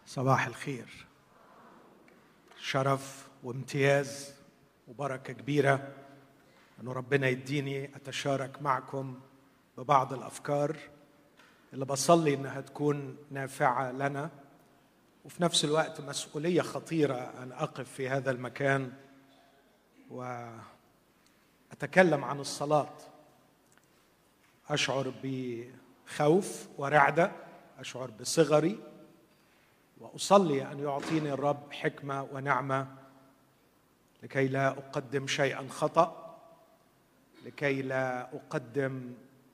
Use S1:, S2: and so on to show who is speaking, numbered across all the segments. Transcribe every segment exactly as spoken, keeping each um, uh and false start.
S1: صباح الخير. شرف وامتياز وبركة كبيرة أنه ربنا يديني أتشارك معكم ببعض الأفكار اللي بصلي أنها تكون نافعة لنا، وفي نفس الوقت مسؤولية خطيرة أن أقف في هذا المكان وأتكلم عن الصلاة. أشعر بخوف ورعدة، أشعر بصغري، وأصلي أن يعطيني الرب حكمة ونعمة لكي لا أقدم شيئا خطأ، لكي لا أقدم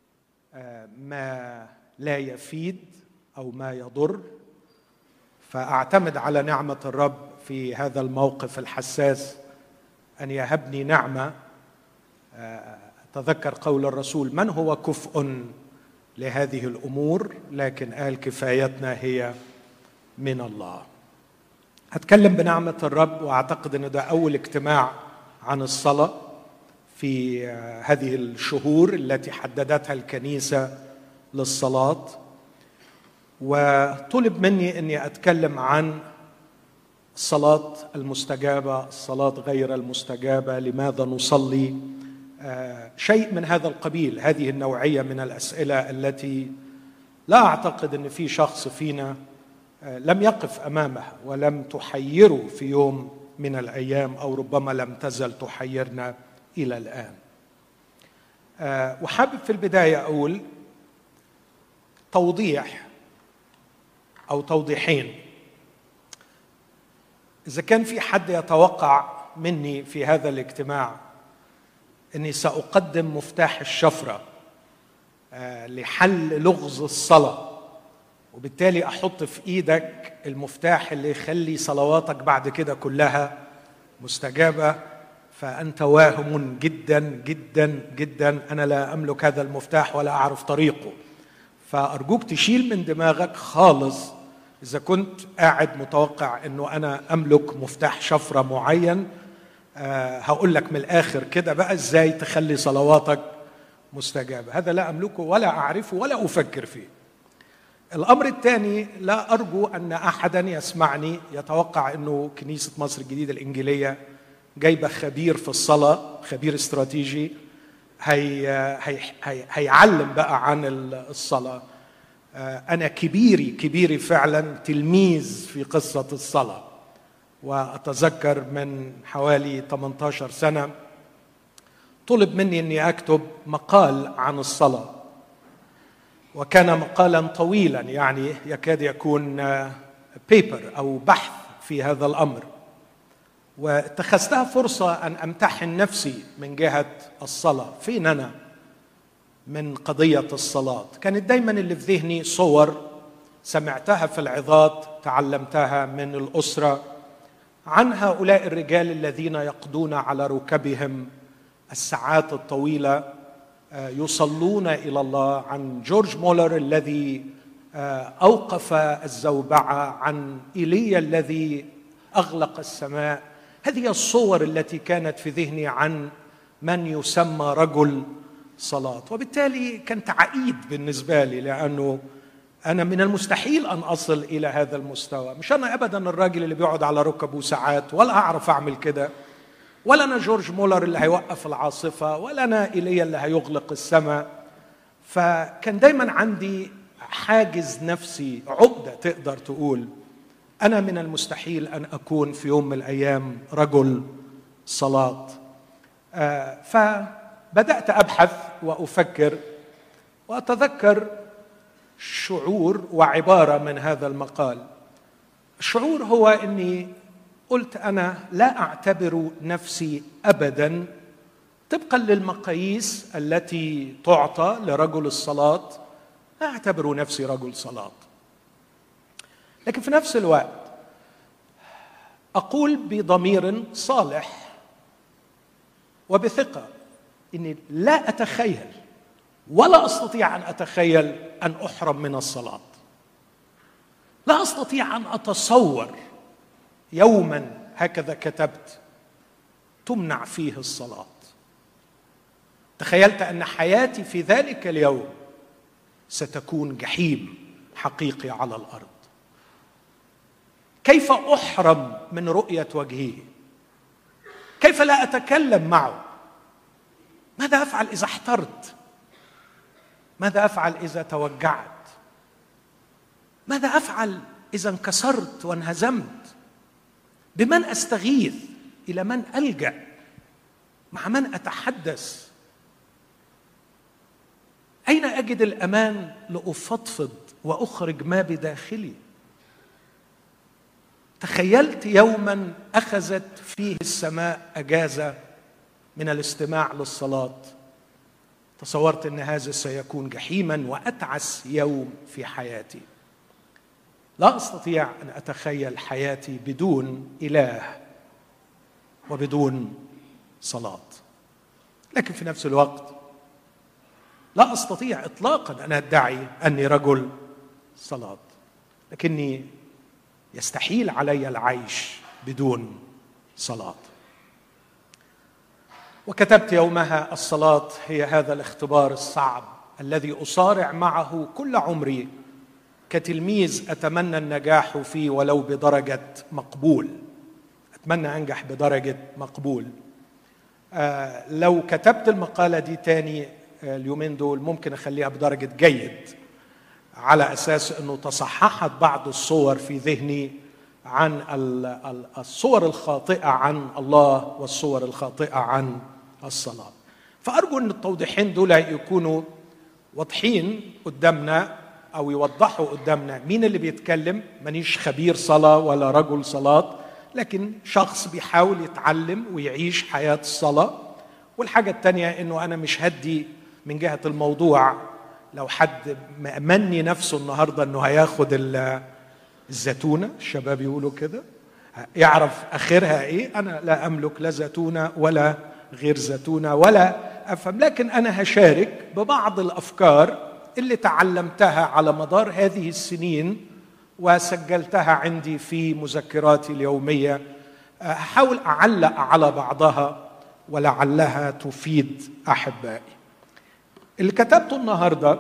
S1: ما لا يفيد أو ما يضر. فأعتمد على نعمة الرب في هذا الموقف الحساس أن يهبني نعمة. أتذكر قول الرسول: من هو كفء لهذه الأمور؟ لكن قال: كفايتنا هي من الله. هتكلم بنعمة الرب، وأعتقد أن ده أول اجتماع عن الصلاة في هذه الشهور التي حددتها الكنيسة للصلاة. وطلب مني أني أتكلم عن الصلاة المستجابة، الصلاة غير المستجابة، لماذا نصلي، شيء من هذا القبيل. هذه النوعية من الأسئلة التي لا أعتقد أن في شخص فينا لم يقف أمامها ولم تحيره في يوم من الأيام، أو ربما لم تزل تحيرنا إلى الآن. وحابب في البداية أقول توضيح أو توضيحين. إذا كان في حد يتوقع مني في هذا الاجتماع أني سأقدم مفتاح الشفرة لحل لغز الصلاة، وبالتالي أحط في إيدك المفتاح اللي يخلي صلواتك بعد كده كلها مستجابة، فأنت واهم جدا جدا جدا. أنا لا أملك هذا المفتاح ولا أعرف طريقه، فأرجوك تشيل من دماغك خالص إذا كنت قاعد متوقع أنه أنا أملك مفتاح شفرة معين. أه هقول لك من الآخر كده بقى إزاي تخلي صلواتك مستجابة. هذا لا أملكه ولا أعرفه ولا أفكر فيه. الأمر الثاني، لا أرجو أن أحدا يسمعني يتوقع أنه كنيسة مصر الجديدة الإنجيلية جايبة خبير في الصلاة، خبير استراتيجي هي هي هي هيعلم بقى عن الصلاة. أنا كبيري كبيري فعلا تلميذ في قصة الصلاة. وأتذكر من حوالي ثمانية عشر سنة طلب مني أني أكتب مقال عن الصلاة، وكان مقالا طويلا، يعني يكاد يكون بيبر أو بحث في هذا الأمر. واتخذتها فرصة أن أمتحن نفسي من جهة الصلاة. فين أنا من قضية الصلاة؟ كانت دايما اللي في ذهني صور سمعتها في العظات، تعلمتها من الأسرة، عن هؤلاء الرجال الذين يقضون على ركبهم الساعات الطويلة يصلون إلى الله، عن جورج مولر الذي أوقف الزوبعة، عن إيليا الذي أغلق السماء. هذه الصور التي كانت في ذهني عن من يسمى رجل صلاة. وبالتالي كانت عقيد بالنسبة لي، لأنه أنا من المستحيل أن أصل إلى هذا المستوى. مش أنا أبدا الراجل اللي بيقعد على ركبه ساعات، ولا أعرف أعمل كده، ولا أنا جورج مولر اللي هيوقف العاصفة، ولا أنا إيليا اللي هيغلق السماء. فكان دايما عندي حاجز نفسي، عقدة تقدر تقول. أنا من المستحيل أن أكون في يوم من الأيام رجل صلاة. آه فبدأت أبحث وأفكر، وأتذكر شعور وعبارة من هذا المقال. الشعور هو أني قلت أنا لا أعتبر نفسي أبداً طبقاً للمقاييس التي تعطى لرجل الصلاة، لا أعتبر نفسي رجل صلاة. لكن في نفس الوقت أقول بضمير صالح وبثقة أني لا أتخيل ولا أستطيع أن أتخيل أن أحرم من الصلاة. لا أستطيع أن أتصور يوماً، هكذا كتبت، تمنع فيه الصلاة. تخيلت أن حياتي في ذلك اليوم ستكون جحيم حقيقي على الأرض. كيف أحرم من رؤية وجهه؟ كيف لا أتكلم معه؟ ماذا أفعل إذا احترت؟ ماذا أفعل إذا توجعت؟ ماذا أفعل إذا انكسرت وانهزمت؟ بمن أستغيث؟ إلى من ألجأ؟ مع من أتحدث؟ أين أجد الأمان لأفضفض وأخرج ما بداخلي؟ تخيلت يوما أخذت فيه السماء أجازة من الاستماع للصلاة، تصورت أن هذا سيكون جحيما وأتعس يوم في حياتي. لا أستطيع أن أتخيل حياتي بدون إله وبدون صلاة. لكن في نفس الوقت لا أستطيع إطلاقا أن أدعي أني رجل صلاة، لكني يستحيل علي العيش بدون صلاة. وكتبت يومها: الصلاة هي هذا الاختبار الصعب الذي أصارع معه كل عمري كتلميذ أتمنى النجاح فيه ولو بدرجة مقبول. أتمنى أنجح بدرجة مقبول. آه لو كتبت المقالة دي تاني آه اليومين دول ممكن أخليها بدرجة جيد، على أساس أنه تصححت بعض الصور في ذهني عن الصور الخاطئة عن الله والصور الخاطئة عن الصلاة. فأرجو أن التوضيحين دول يكونوا واضحين قدامنا، أو يوضحوا قدامنا مين اللي بيتكلم. مانيش خبير صلاة ولا رجل صلاة، لكن شخص بيحاول يتعلم ويعيش حياة الصلاة. والحاجة التانية أنه أنا مش هدي من جهة الموضوع. لو حد مأمني نفسه النهاردة أنه هياخد الزيتونة، الشباب يقولوا كده، يعرف آخرها إيه. أنا لا أملك لا زيتونة ولا غير زيتونة ولا أفهم، لكن أنا هشارك ببعض الأفكار اللي تعلمتها على مدار هذه السنين وسجلتها عندي في مذكراتي اليومية. أحاول أعلق على بعضها ولعلها تفيد أحبائي. اللي كتبته النهاردة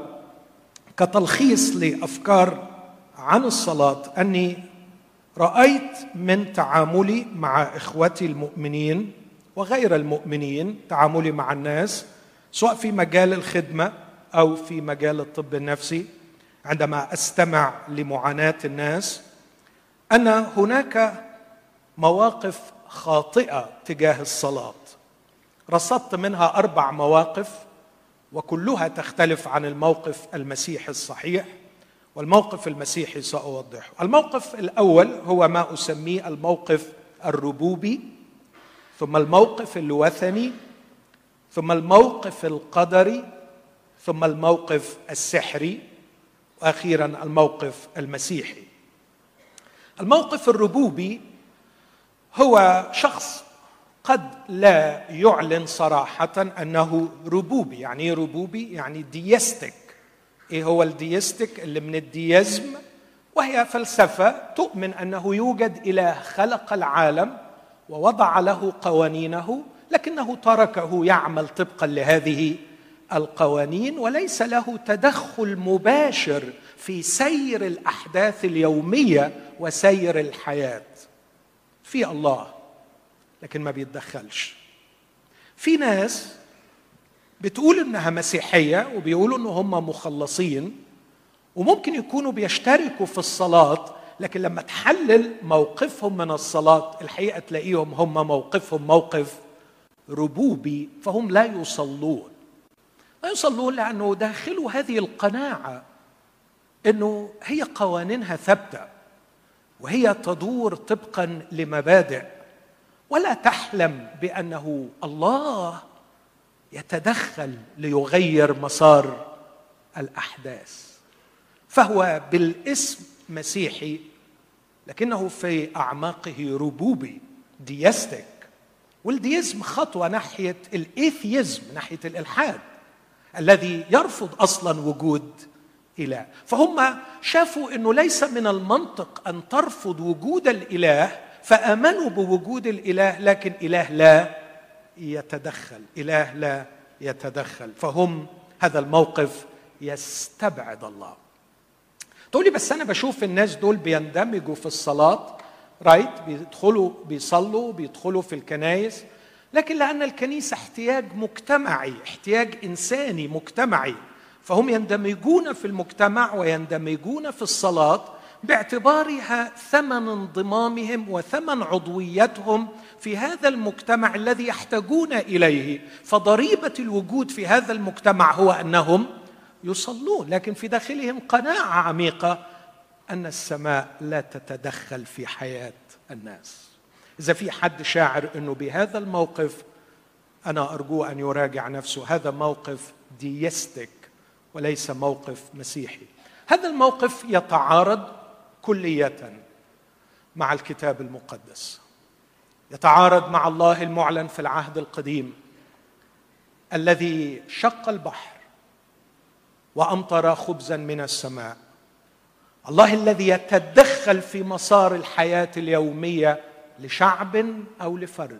S1: كتلخيص لأفكار عن الصلاة أني رأيت من تعاملي مع إخوتي المؤمنين وغير المؤمنين، تعاملي مع الناس سواء في مجال الخدمة أو في مجال الطب النفسي، عندما أستمع لمعاناة الناس، أن هناك مواقف خاطئة تجاه الصلاة. رصدت منها أربع مواقف وكلها تختلف عن الموقف المسيحي الصحيح، والموقف المسيحي سأوضحه. الموقف الأول هو ما أسميه الموقف الربوبي، ثم الموقف الوثني، ثم الموقف القدري، ثم الموقف السحري، وأخيرا الموقف المسيحي. الموقف الربوبي هو شخص قد لا يعلن صراحة أنه ربوبي. يعني إيه ربوبي؟ يعني ديستيك. إيه هو الديستيك؟ اللي من الديزم، وهي فلسفة تؤمن أنه يوجد إله خلق العالم ووضع له قوانينه، لكنه تركه يعمل طبقا لهذه القوانين، وليس له تدخل مباشر في سير الأحداث اليومية وسير الحياة. في الله لكن ما بيتدخلش. في ناس بتقول إنها مسيحية وبيقولوا إنه هم مخلصين، وممكن يكونوا بيشتركوا في الصلاة، لكن لما تحلل موقفهم من الصلاة الحقيقة تلاقيهم هم موقفهم موقف ربوبي، فهم لا يصلون. لا يصلون لأنه داخلوا هذه القناعة إنه هي قوانينها ثابتة وهي تدور طبقا لمبادئ، ولا تحلم بأنه الله يتدخل ليغير مسار الأحداث. فهو بالاسم مسيحي لكنه في أعماقه ربوبي، ديستيك. والديزم خطوة ناحية الإيثيزم، ناحية الإلحاد الذي يرفض أصلا وجود إله. فهم شافوا أنه ليس من المنطق أن ترفض وجود الإله، فآمنوا بوجود الإله، لكن إله لا يتدخل، إله لا يتدخل. فهم هذا الموقف يستبعد الله. تقولي بس أنا بشوف الناس دول بيندمجوا في الصلاة رايت، بيدخلوا بيصلوا بيدخلوا في الكنائس، لكن لأن الكنيسة احتياج مجتمعي، احتياج إنساني مجتمعي، فهم يندمجون في المجتمع ويندمجون في الصلاة باعتبارها ثمن انضمامهم وثمن عضويتهم في هذا المجتمع الذي يحتاجون إليه. فضريبة الوجود في هذا المجتمع هو أنهم يصلون، لكن في داخلهم قناعة عميقة أن السماء لا تتدخل في حياة الناس. إذا في حد شاعر أنه بهذا الموقف، أنا أرجو أن يراجع نفسه. هذا موقف ديستيك وليس موقف مسيحي. هذا الموقف يتعارض كلية مع الكتاب المقدس، يتعارض مع الله المعلن في العهد القديم الذي شق البحر وأمطر خبزا من السماء، الله الذي يتدخل في مسار الحياة اليومية لشعب أو لفرد،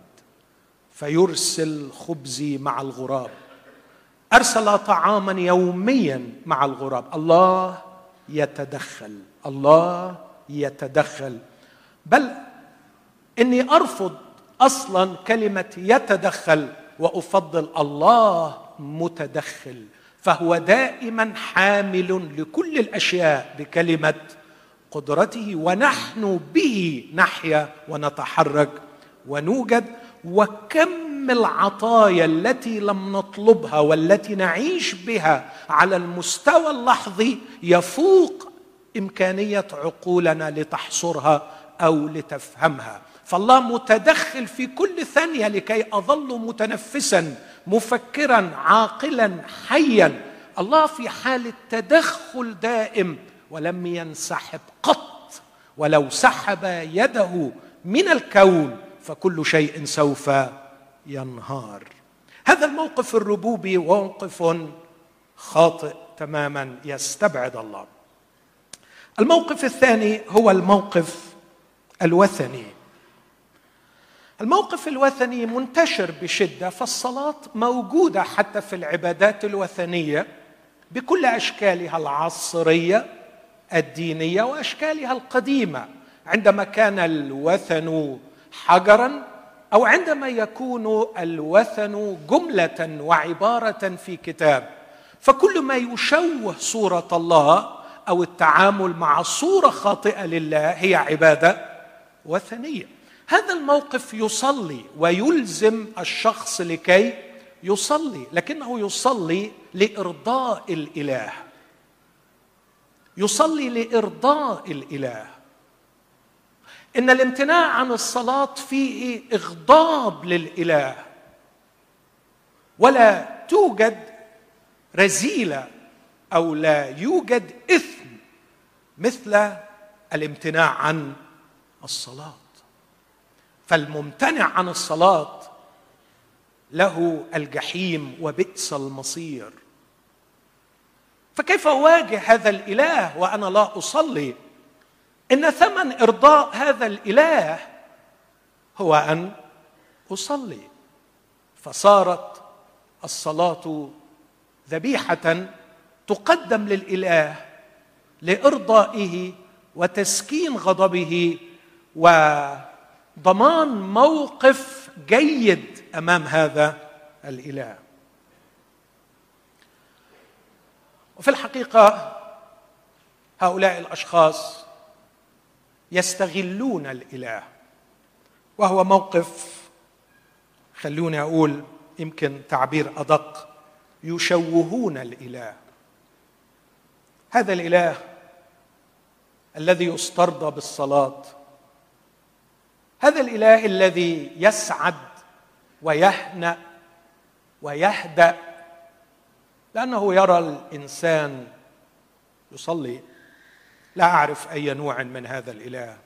S1: فيرسل خبزي مع الغراب. أرسل طعاما يوميا مع الغراب. الله يتدخل، الله يتدخل. بل إني أرفض أصلا كلمة يتدخل وأفضل الله متدخل، فهو دائما حامل لكل الأشياء بكلمة قدرته، ونحن به نحيا ونتحرك ونوجد. وكم العطايا التي لم نطلبها والتي نعيش بها على المستوى اللحظي يفوق إمكانية عقولنا لتحصرها أو لتفهمها. فالله متدخل في كل ثانية لكي أظل متنفسا مفكرا عاقلا حيا. الله في حالة تدخل دائم ولم ينسحب قط، ولو سحب يده من الكون فكل شيء سوف ينهار. هذا الموقف الربوبي موقف خاطئ تماما، يستبعد الله. الموقف الثاني هو الموقف الوثني. الموقف الوثني منتشر بشدة، فالصلاة موجودة حتى في العبادات الوثنية بكل أشكالها العصرية الدينية وأشكالها القديمة، عندما كان الوثن حجرا أو عندما يكون الوثن جملة وعبارة في كتاب. فكل ما يشوه صورة الله أو التعامل مع صورة خاطئة لله هي عبادة وثنية. هذا الموقف يصلي ويلزم الشخص لكي يصلي، لكنه يصلي لإرضاء الإله، يصلي لإرضاء الإله. إن الامتناع عن الصلاة فيه إغضاب للإله، ولا توجد رذيلة أو لا يوجد إثم مثل الامتناع عن الصلاة. فالممتنع عن الصلاة له الجحيم وبئس المصير. فكيف أواجه هذا الإله وأنا لا أصلي؟ إن ثمن إرضاء هذا الإله هو أن أصلي. فصارت الصلاة ذبيحة تقدم للإله لإرضائه وتسكين غضبه وضمان موقف جيد أمام هذا الإله. وفي الحقيقة هؤلاء الأشخاص يستغلون الإله، وهو موقف، خلوني أقول يمكن تعبير أدق، يشوهون الإله. هذا الإله الذي يسترضى بالصلاة، هذا الإله الذي يسعد ويهنأ ويهدأ لأنه يرى الإنسان يصلي، لا أعرف أي نوع من هذا الإله.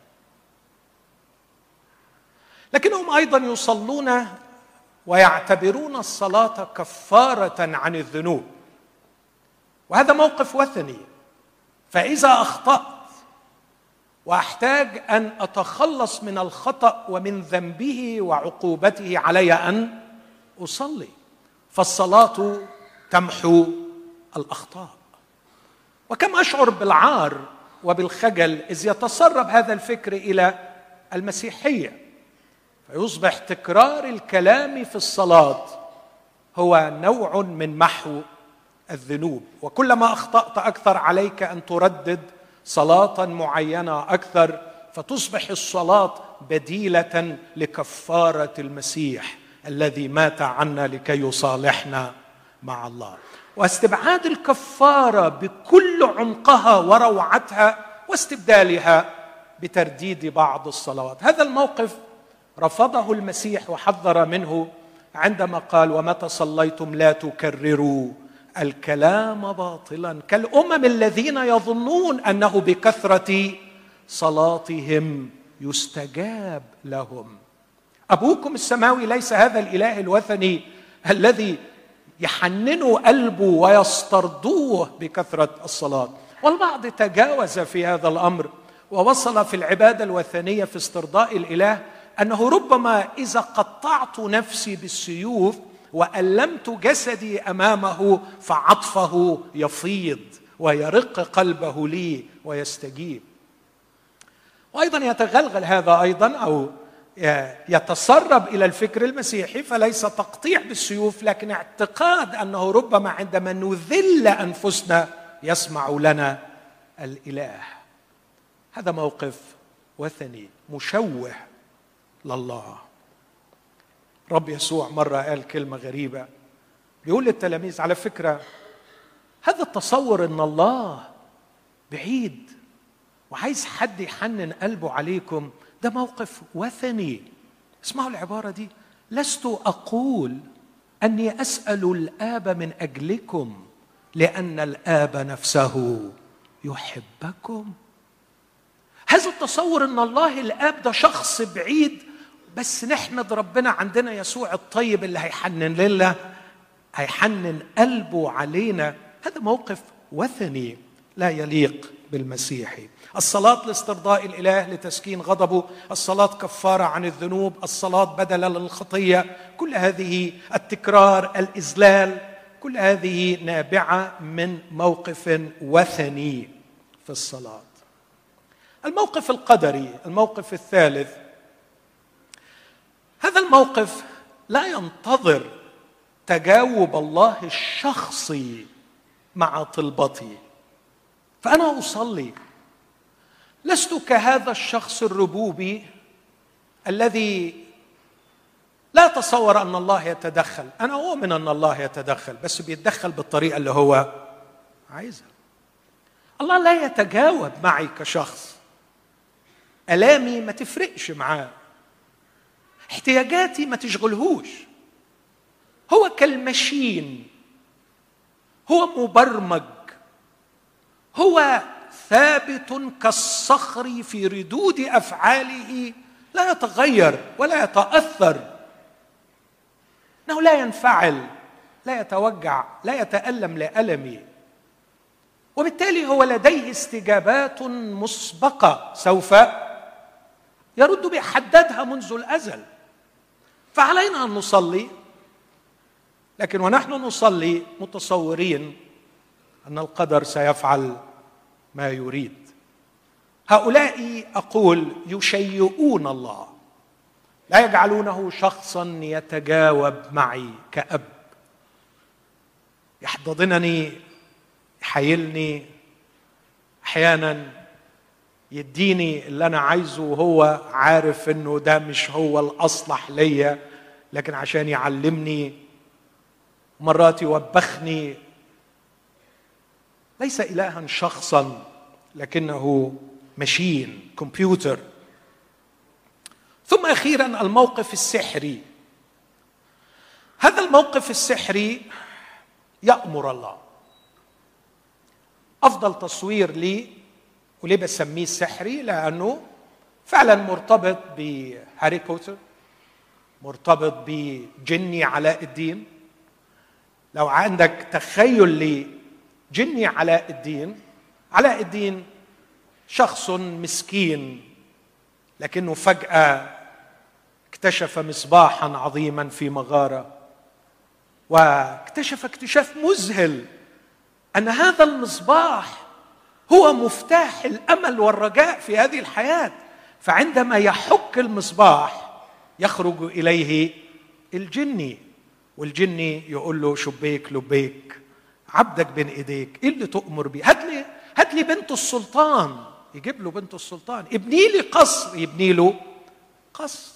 S1: لكنهم أيضا يصلون ويعتبرون الصلاة كفارة عن الذنوب، وهذا موقف وثني. فإذا أخطأت وأحتاج أن أتخلص من الخطأ ومن ذنبه وعقوبته علي أن أصلي، فالصلاة تمحو الأخطاء. وكم أشعر بالعار وبالخجل إذ يتسرب هذا الفكر إلى المسيحية، فيصبح تكرار الكلام في الصلاة هو نوع من محو الذنوب. وكلما أخطأت أكثر عليك أن تردد صلاة معينة أكثر، فتصبح الصلاة بديلة لكفارة المسيح الذي مات عنا لكي يصالحنا مع الله. واستبعاد الكفارة بكل عمقها وروعتها واستبدالها بترديد بعض الصلوات. هذا الموقف رفضه المسيح وحذر منه عندما قال: ومتى صليتم لا تكرروا الكلام باطلا كالأمم الذين يظنون أنه بكثرة صلاتهم يستجاب لهم. أبوكم السماوي ليس هذا الإله الوثني الذي يحننوا قلبه ويسترضوه بكثرة الصلاة. والبعض تجاوز في هذا الأمر ووصل في العبادة الوثنية في استرضاء الإله أنه ربما إذا قطعت نفسي بالسيوف وألمت جسدي أمامه فعطفه يفيض ويرق قلبه لي ويستجيب. وأيضا يتغلغل هذا أيضا أو يتسرب إلى الفكر المسيحي، فليس تقطيع بالسيوف لكن اعتقاد أنه ربما عندما نذل أنفسنا يسمع لنا الإله. هذا موقف وثني مشوه لله. رب يسوع مرة قال كلمة غريبة، بيقول للتلاميذ: على فكرة هذا التصور أن الله بعيد وعايز حد يحنن قلبه عليكم ده موقف وثني. اسمعوا العبارة دي: لست أقول أني أسأل الآب من أجلكم لأن الآب نفسه يحبكم. هذا التصور أن الله الآب ده شخص بعيد، بس نحمد ربنا عندنا يسوع الطيب اللي هيحنن لنا، هيحنن قلبه علينا. هذا موقف وثني لا يليق بالمسيحي. الصلاة لاسترضاء الإله لتسكين غضبه، الصلاة كفارة عن الذنوب، الصلاة بدلا للخطية، كل هذه التكرار، الإذلال، كل هذه نابعة من موقف وثني في الصلاة. الموقف القدري، الموقف الثالث، هذا الموقف لا ينتظر تجاوب الله الشخصي مع طلبتي. فأنا أصلي لست كهذا الشخص الربوبي الذي لا يتصور أن الله يتدخل. أنا أؤمن أن الله يتدخل، بس بيتدخل بالطريقة اللي هو عايزها. الله لا يتجاوب معي كشخص، ألامي ما تفرقش معاه، احتياجاتي ما تشغلهوش. هو كالمشين، هو مبرمج، هو ثابت كالصخر في ردود أفعاله، لا يتغير ولا يتأثر، إنه لا ينفعل، لا يتوجع، لا يتألم لألمي، وبالتالي هو لديه استجابات مسبقة سوف يرد بحددها منذ الأزل. فعلينا أن نصلي، لكن ونحن نصلي متصورين أن القدر سيفعل ما يريد. هؤلاء أقول يشيئون الله، لا يجعلونه شخصا يتجاوب معي كأب، يحتضنني، يحايلني، أحيانا يديني اللي أنا عايزه وهو عارف أنه ده مش هو الأصلح ليا، لكن عشان يعلمني. مرات يوبخني. ليس إلها شخصا لكنه ماشين، كمبيوتر. ثم أخيرا الموقف السحري. هذا الموقف السحري يأمر الله. أفضل تصوير لي، وليه بسميه سحري؟ لأنه فعلا مرتبط بهاري بوتر، مرتبط بجني علاء الدين. لو عندك تخيل لجني علاء الدين، علاء الدين شخص مسكين لكنه فجأة اكتشف مصباحا عظيما في مغارة، واكتشف اكتشاف مذهل أن هذا المصباح هو مفتاح الأمل والرجاء في هذه الحياة. فعندما يحك المصباح يخرج إليه الجني، والجني يقول له شبيك لبيك، عبدك بين ايديك، ايه اللي تؤمر بيه؟ هات لي هات لي بنت السلطان. يجيب له بنت السلطان. ابني لي قصر، يبني له قصر.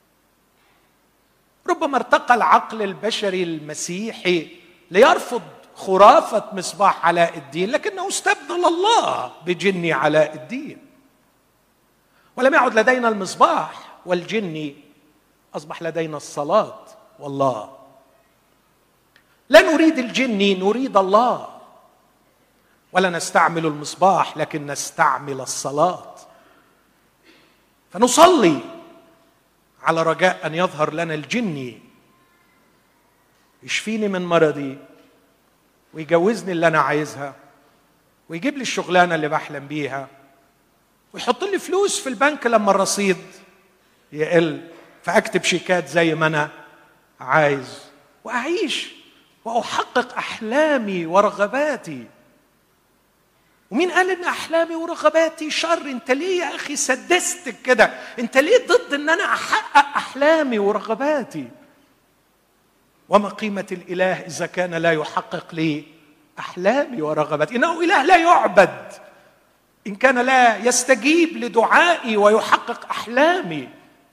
S1: ربما ارتقى العقل البشري المسيحي ليرفض خرافة مصباح علاء الدين، لكنه استبدل الله بجني علاء الدين، ولم يعد لدينا المصباح والجني، أصبح لدينا الصلاة والله. لا نريد الجني، نريد الله. ولا نستعمل المصباح لكن نستعمل الصلاة، فنصلي على رجاء أن يظهر لنا الجني يشفيني من مرضي ويجوزني اللي أنا عايزها ويجيب لي الشغلانة اللي بحلم بيها ويحط لي فلوس في البنك لما الرصيد يقل، فأكتب شيكات زي ما أنا عايز وأعيش وأحقق أحلامي ورغباتي. ومين قال إن أحلامي ورغباتي شر؟ أنت ليه يا أخي سدستك كده؟ أنت ليه ضد إن أنا أحقق أحلامي ورغباتي؟ وما قيمة الإله إذا كان لا يحقق لي أحلامي ورغباتي؟ إنه إله لا يعبد إن كان لا يستجيب لدعائي ويحقق أحلامي.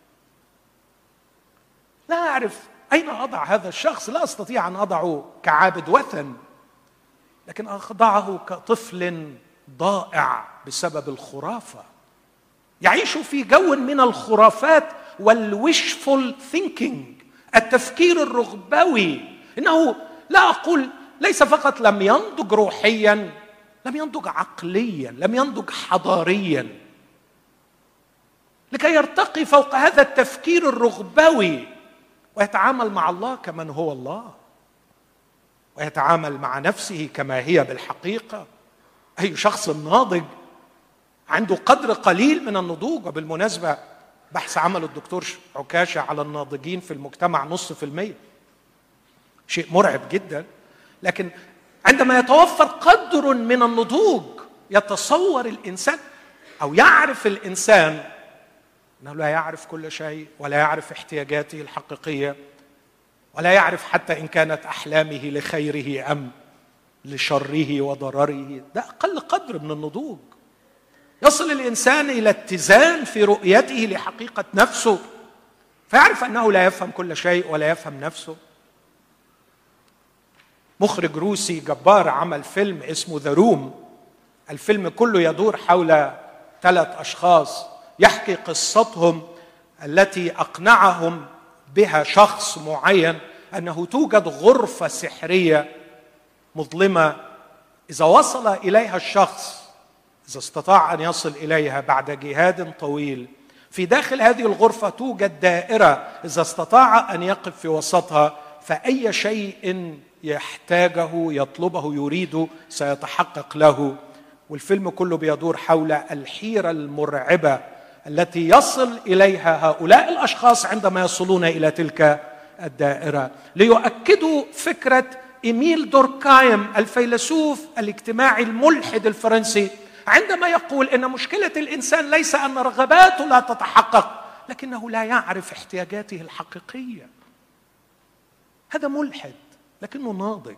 S1: لا أعرف أين أضع هذا الشخص، لا أستطيع أن أضعه كعابد وثن، لكن أخضعه كطفل ضائع بسبب الخرافة، يعيش في جو من الخرافات والwishful thinking، التفكير الرغبوي. إنه لا أقول ليس فقط لم ينضج روحيا، لم ينضج عقليا، لم ينضج حضاريا، لكي يرتقي فوق هذا التفكير الرغبوي ويتعامل مع الله كمن هو الله، ويتعامل مع نفسه كما هي بالحقيقة. أي شخص ناضج عنده قدر قليل من النضوج. وبالمناسبة بحث عمله الدكتور عكاشة على الناضجين في المجتمع نص في المية، شيء مرعب جدا. لكن عندما يتوفر قدر من النضوج يتصور الإنسان أو يعرف الإنسان أنه لا يعرف كل شيء، ولا يعرف احتياجاته الحقيقية، ولا يعرف حتى إن كانت أحلامه لخيره أم لشره وضرره. ده أقل قدر من النضوج. يصل الإنسان إلى اتزان في رؤيته لحقيقة نفسه، فيعرف أنه لا يفهم كل شيء ولا يفهم نفسه. مخرج روسي جبار عمل فيلم اسمه ذا روم. الفيلم كله يدور حول ثلاث أشخاص يحكي قصتهم التي أقنعهم بها شخص معين أنه توجد غرفة سحرية مظلمة إذا وصل إليها الشخص، إذا استطاع أن يصل إليها بعد جهاد طويل، في داخل هذه الغرفة توجد دائرة إذا استطاع أن يقف في وسطها فأي شيء يحتاجه يطلبه يريده سيتحقق له. والفيلم كله بيدور حول الحيرة المرعبة التي يصل إليها هؤلاء الأشخاص عندما يصلون إلى تلك الدائرة، ليؤكدوا فكرة إيميل دوركايم الفيلسوف الاجتماعي الملحد الفرنسي، عندما يقول إن مشكلة الإنسان ليس أن رغباته لا تتحقق، لكنه لا يعرف احتياجاته الحقيقية. هذا ملحد لكنه ناضج.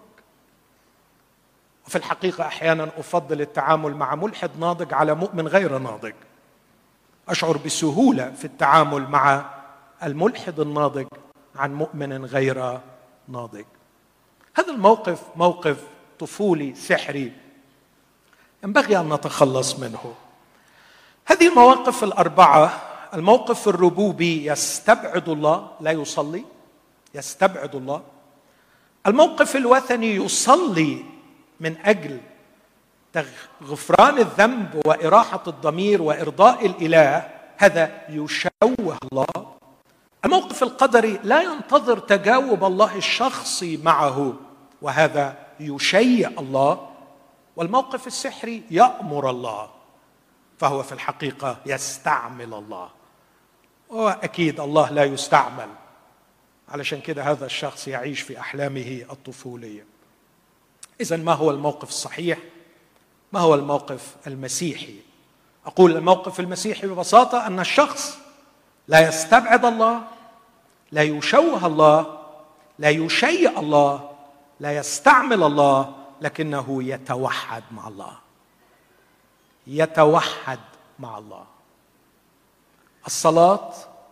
S1: وفي الحقيقة أحيانا أفضل التعامل مع ملحد ناضج على مؤمن غير ناضج. أشعر بسهولة في التعامل مع الملحد الناضج عن مؤمن غير ناضج. هذا الموقف موقف طفولي سحري ينبغي أن نتخلص منه. هذه المواقف الأربعة: الموقف الربوبي يستبعد الله، لا يصلي، يستبعد الله. الموقف الوثني يصلي من أجل غفران الذنب وإراحة الضمير وإرضاء الإله، هذا يشوه الله. الموقف القدري لا ينتظر تجاوب الله الشخصي معه، وهذا يشيء الله. والموقف السحري يأمر الله، فهو في الحقيقة يستعمل الله. وأكيد الله لا يستعمل، علشان كده هذا الشخص يعيش في أحلامه الطفولية. إذن ما هو الموقف الصحيح؟ ما هو الموقف المسيحي؟ أقول الموقف المسيحي ببساطة أن الشخص لا يستبعد الله، لا يشوه الله، لا يشيء الله، لا يستعمل الله، لكنه يتوحد مع الله. يتوحد مع الله. الصلاة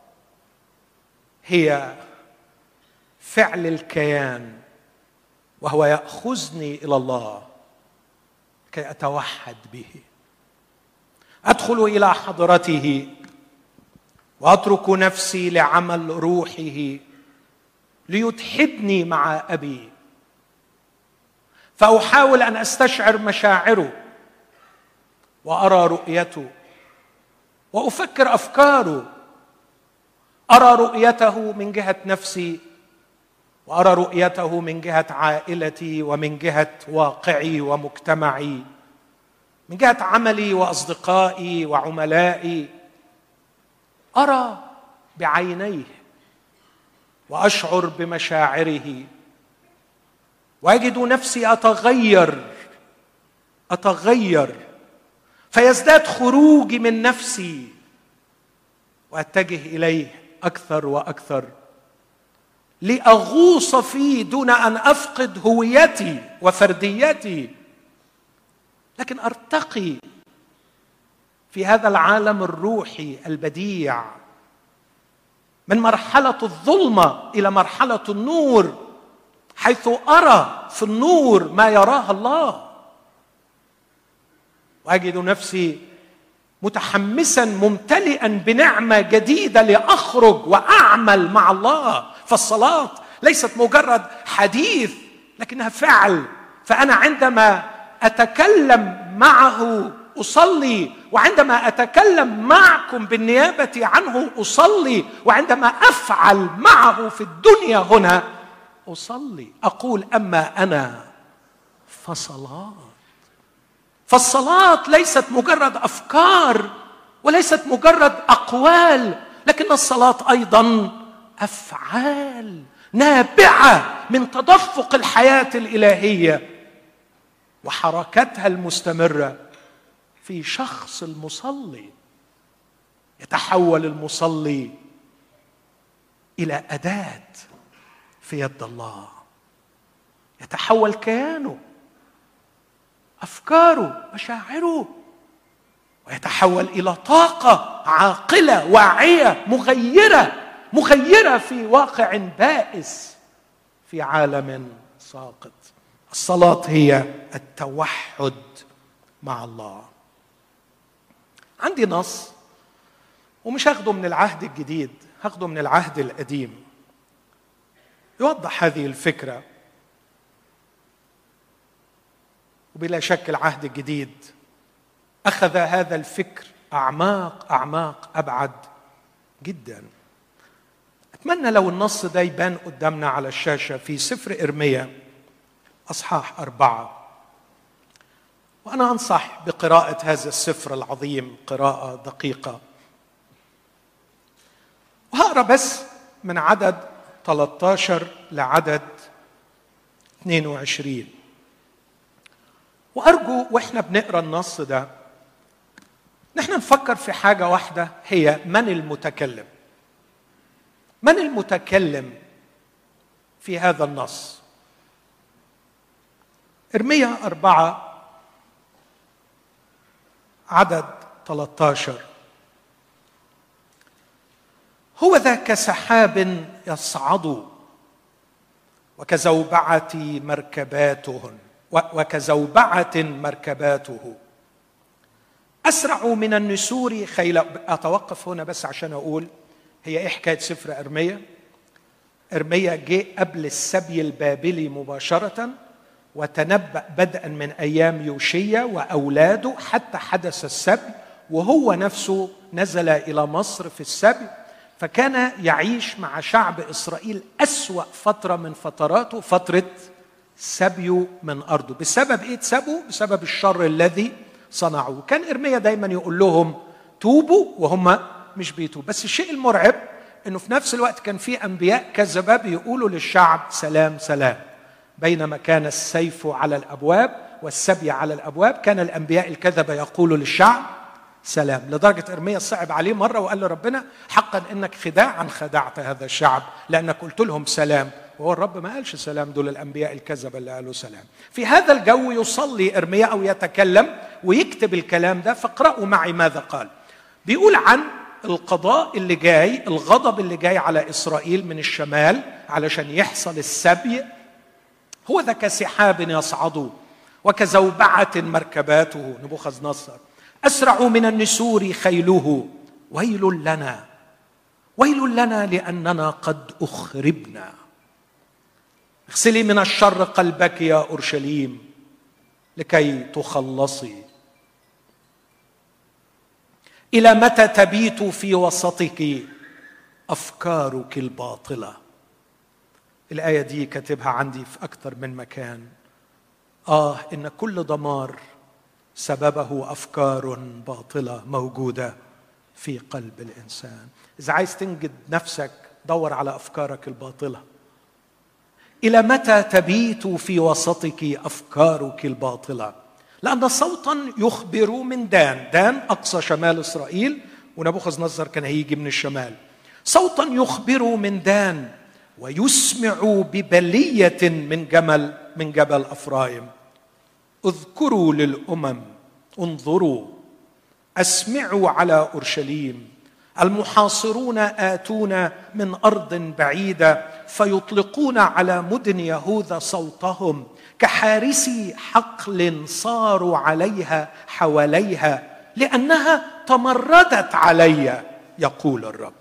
S1: هي فعل الكيان، وهو يأخذني إلى الله كي أتوحد به، أدخل إلى حضرته وأترك نفسي لعمل روحه ليتحدني مع أبي، فأحاول أن أستشعر مشاعره وأرى رؤيته وأفكر أفكاره، أرى رؤيته من جهة نفسي، وأرى رؤيته من جهة عائلتي، ومن جهة واقعي ومجتمعي، من جهة عملي وأصدقائي وعملائي. أرى بعينيه وأشعر بمشاعره، وأجد نفسي أتغير أتغير فيزداد خروجي من نفسي وأتجه إليه أكثر وأكثر لأغوص فيه دون أن أفقد هويتي وفرديتي، لكن أرتقي في هذا العالم الروحي البديع من مرحلة الظلمة إلى مرحلة النور، حيث أرى في النور ما يراه الله، وأجد نفسي متحمسا ممتلئا بنعمة جديدة لأخرج وأعمل مع الله. فالصلاة ليست مجرد حديث لكنها فعل. فأنا عندما أتكلم معه أصلي، وعندما أتكلم معكم بالنيابة عنه أصلي، وعندما أفعل معه في الدنيا هنا أصلي. أقول أما أنا فصلاة. فالصلاة ليست مجرد أفكار وليست مجرد أقوال، لكن الصلاة أيضا أفعال نابعة من تدفق الحياة الإلهية وحركتها المستمرة في شخص المصلي. يتحول المصلي إلى أداة في يد الله، يتحول كيانه، أفكاره، مشاعره، ويتحول إلى طاقة عاقلة واعية مغيرة مغيرة في واقع بائس في عالم ساقط. الصلاة هي التوحد مع الله. عندي نص ومش هاخده من العهد الجديد، هاخده من العهد القديم، يوضح هذه الفكرة. وبلا شك العهد الجديد أخذ هذا الفكر أعماق أعماق أبعد جدا. أتمنى لو النص ده يبان قدامنا على الشاشة في سفر إرميا أصحاح أربعة، وأنا أنصح بقراءة هذا السفر العظيم قراءة دقيقة. وهقرأ بس من عدد ثلاثة عشر لعدد اثنين وعشرين، وأرجو وإحنا بنقرأ النص ده نحن نفكر في حاجة واحدة، هي من المتكلم. من المتكلم في هذا النص؟ إرميا أربعة عدد ثلاثة عشر: هو ذا كسحاب يصعد وكزوبعة مركباتهن وكزوبعة مركباته، أسرع من النسور خيلا. أتوقف هنا بس عشان أقول هي إيه حكاية سفر إرميا. إرميا جاء قبل السبي البابلي مباشرة، وتنبأ بدءا من أيام يوشيا وأولاده حتى حدث السبي، وهو نفسه نزل إلى مصر في السبي، فكان يعيش مع شعب إسرائيل أسوأ فترة من فتراته، فترة سبيه من أرضه. بسبب إيه تسبوا؟ بسبب الشر الذي صنعوه. كان إرميا دايما يقول لهم توبوا وهم مش بيتوب. بس الشيء المرعب إنه في نفس الوقت كان في أنبياء كذبة بيقولوا للشعب سلام سلام. بينما كان السيف على الأبواب والسبي على الأبواب، كان الأنبياء الكذبة يقولوا للشعب سلام. لدرجة إرميا صعب عليه مرة وقال له ربنا حقا إنك خداعا خدعت هذا الشعب لأنك قلت لهم سلام، وهو الرب ما قالش سلام، دول الأنبياء الكذبة اللي قالوا سلام. في هذا الجو يصلي إرميا أو يتكلم ويكتب الكلام ده، فاقرأوا معي ماذا قال. بيقول عن القضاء اللي جاي، الغضب اللي جاي على إسرائيل من الشمال علشان يحصل السبي. هو ذا كسحاب يصعد وكزوبعة مركباته، نبوخذ نصر، أسرع من النسور خيله، ويل لنا ويل لنا لأننا قد أخربنا. اغسلي من الشر قلبك يا أورشليم لكي تخلصي. إلى متى تبيت في وسطك أفكارك الباطلة؟ الآية دي كاتبها عندي في أكثر من مكان. آه إن كل دمار سببه أفكار باطلة موجودة في قلب الإنسان. إذا عايز تنجد نفسك دور على أفكارك الباطلة. إلى متى تبيت في وسطك أفكارك الباطلة؟ لأن صوتا يخبر من دان، دان أقصى شمال إسرائيل، ونبوخذ نصر كان هيجي من الشمال. صوتا يخبر من دان ويسمع ببلية من جمل من جبل أفرايم. اذكروا للأمم، انظروا، أسمعوا على أورشليم. المحاصرون آتون من أرض بعيدة فيطلقون على مدن يهوذا صوتهم، كحارسي حقل صاروا عليها حواليها لأنها تمردت علي، يقول الرب.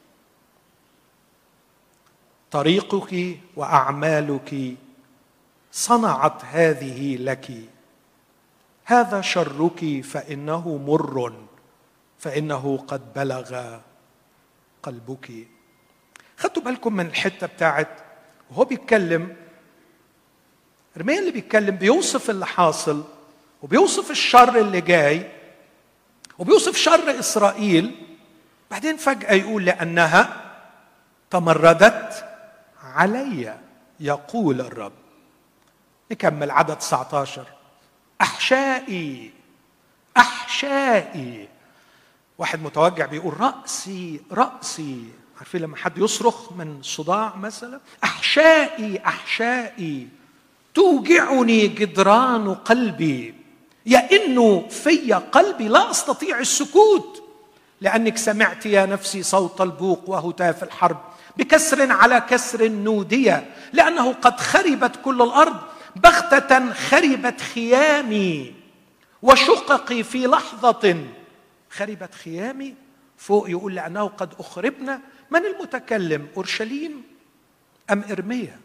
S1: طريقك وأعمالك صنعت هذه لك، هذا شرك فإنه مر، فإنه قد بلغ قلبك. خدتوا بالكم من الحتة بتاعت وهو بيتكلم إرميا اللي بيتكلم بيوصف اللي حاصل وبيوصف الشر اللي جاي وبيوصف شر إسرائيل، بعدين فجأة يقول لأنها تمردت علي، يقول الرب. نكمل عدد تسعة عشر. أحشائي أحشائي. واحد متوجع بيقول رأسي رأسي. عارفين لما حد يصرخ من صداع مثلا؟ أحشائي أحشائي توجعني جدران قلبي، يئن في قلبي لا أستطيع السكوت، لأنك سمعت يا نفسي صوت البوق وهتاف الحرب، بكسر على كسر نودية، لأنه قد خربت كل الأرض، بغتة خربت خيامي وشققي في لحظة. خربت خيامي فوق يقول لأنه قد أخربنا. من المتكلم، أورشليم أم إرميا؟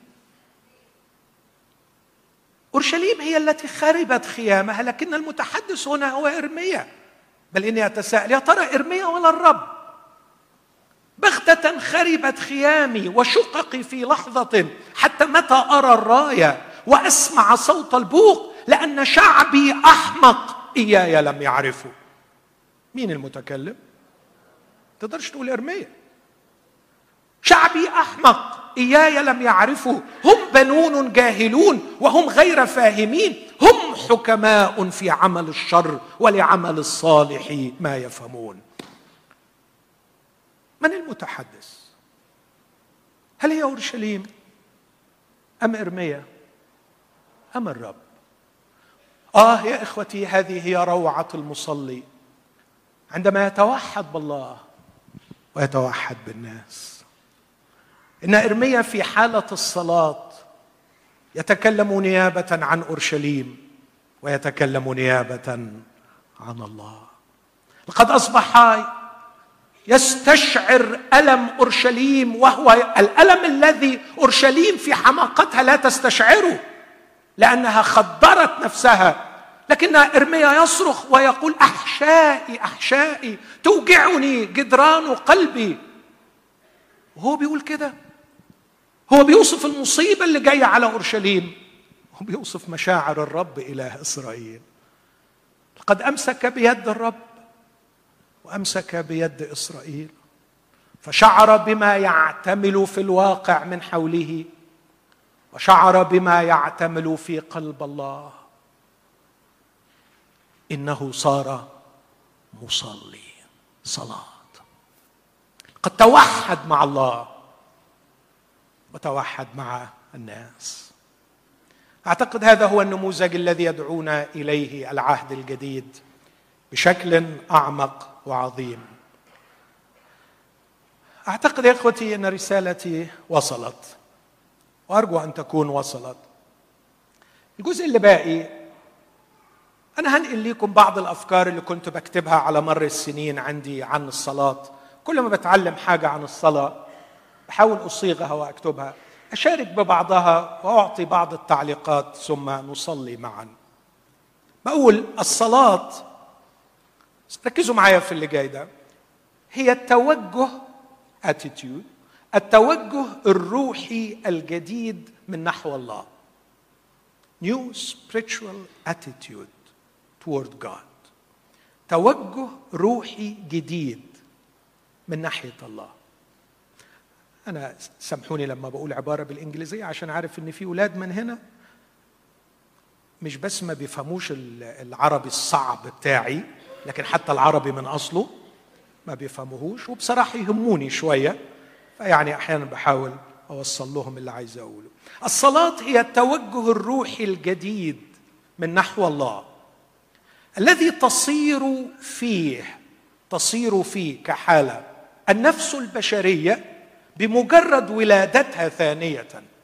S1: أورشليم هي التي خربت خيامها، لكن المتحدث هنا هو إرميا. بل إني أتساءل يا ترى إرميا ولا الرب؟ بغتة خربت خيامي وشققي في لحظة، حتى متى أرى الراية وأسمع صوت البوق، لأن شعبي أحمق إياي لم يعرفوا. مين المتكلم؟ تقدرش تقول إرميا. شعبي أحمق إياي لم يعرفوا، هم بنون جاهلون وهم غير فاهمين، هم حكماء في عمل الشر ولعمل الصالح ما يفهمون. من المتحدث؟ هل هي أورشليم أم إرميا أم الرب؟ آه يا إخوتي، هذه هي روعة المصلي عندما يتوحد بالله ويتوحد بالناس. إن إرميا في حالة الصلاة يتكلم نيابة عن أورشليم ويتكلم نيابة عن الله. لقد أصبح يستشعر ألم أورشليم، وهو الألم الذي أورشليم في حماقتها لا تستشعره لأنها خدرت نفسها. لكن إرميا يصرخ ويقول أحشائي أحشائي توجعني جدران قلبي. وهو بيقول كده، هو بيوصف المصيبة اللي جاية على أورشليم، هو بيوصف مشاعر الرب إله إسرائيل. لقد أمسك بيد الرب وأمسك بيد إسرائيل، فشعر بما يعتمل في الواقع من حوله وشعر بما يعتمل في قلب الله. إنه صار مصلي. صلاة. قد توحد مع الله وتوحد مع الناس. أعتقد هذا هو النموذج الذي يدعونا إليه العهد الجديد بشكل أعمق وعظيم. أعتقد يا إخوتي أن رسالتي وصلت، وأرجو أن تكون وصلت. الجزء اللي باقي أنا هنقل لكم بعض الأفكار اللي كنت بكتبها على مر السنين عندي عن الصلاة. كل ما بتعلم حاجة عن الصلاة بحاول أصيغها وأكتبها، أشارك ببعضها وأعطي بعض التعليقات ثم نصلي معا. بقول الصلاة، ركزوا معايا في اللي جاي ده، هي التوجه attitude، التوجه الروحي الجديد من نحو الله. New spiritual attitude toward God. توجه روحي جديد من ناحية الله. أنا سامحوني لما بقول عبارة بالإنجليزية عشان عارف إن في أولاد من هنا مش بس ما بيفهموش العربي الصعب بتاعي، لكن حتى العربي من أصله ما بيفهموهوش، وبصراحة يهموني شوية، فيعني أحيانا بحاول أوصل لهم اللي عايز أقوله. الصلاة هي التوجه الروحي الجديد من نحو الله الذي تصير فيه تصير فيه كحالة النفس البشرية بمجرد ولادتها ثانية.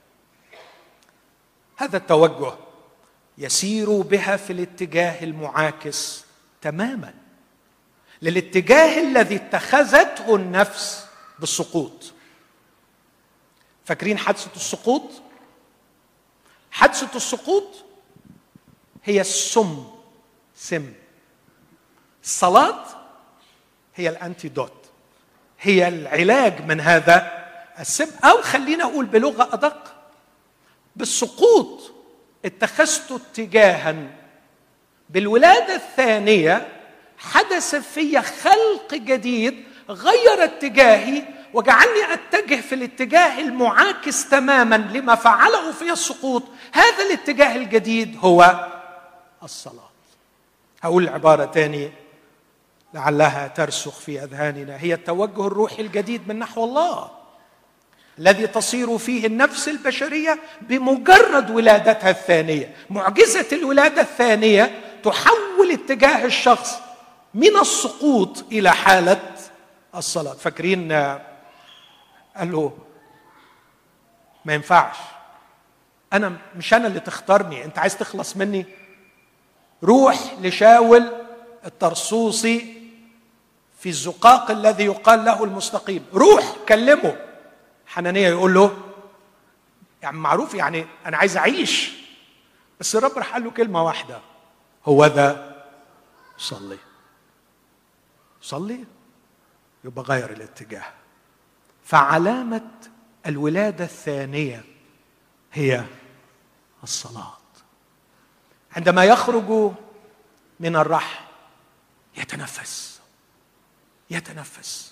S1: هذا التوجه يسير بها في الاتجاه المعاكس تماما للاتجاه الذي اتخذته النفس بالسقوط. فاكرين حادثة السقوط؟ حادثة السقوط هي السم سم. الصلاة هي الانتيدوت، هي العلاج من هذا السم. أو خلينا أقول بلغة أدق، بالسقوط اتخذت اتجاها، بالولادة الثانية حدث في خلق جديد غير اتجاهي وجعلني أتجه في الاتجاه المعاكس تماما لما فعله في السقوط. هذا الاتجاه الجديد هو الصلاة. هقول العبارة تاني لعلها ترسخ في أذهاننا. هي التوجه الروحي الجديد من نحو الله الذي تصير فيه النفس البشرية بمجرد ولادتها الثانية. معجزة الولادة الثانية تحول اتجاه الشخص من السقوط إلى حالة الصلاة. فاكرين قال له ما ينفعش، أنا مش أنا اللي تختارني، أنت عايز تخلص مني؟ روح لشاول الطرسوسي في الزقاق الذي يقال له المستقيم، روح كلمه. حنانيا يقول له يعني معروف، يعني أنا عايز أعيش، بس الرب راح قال له كلمة واحدة، هو ذا صلي. صلي يبقى غير الاتجاه. فعلامة الولادة الثانية هي الصلاة. عندما يخرج من الرحم يتنفس يتنفس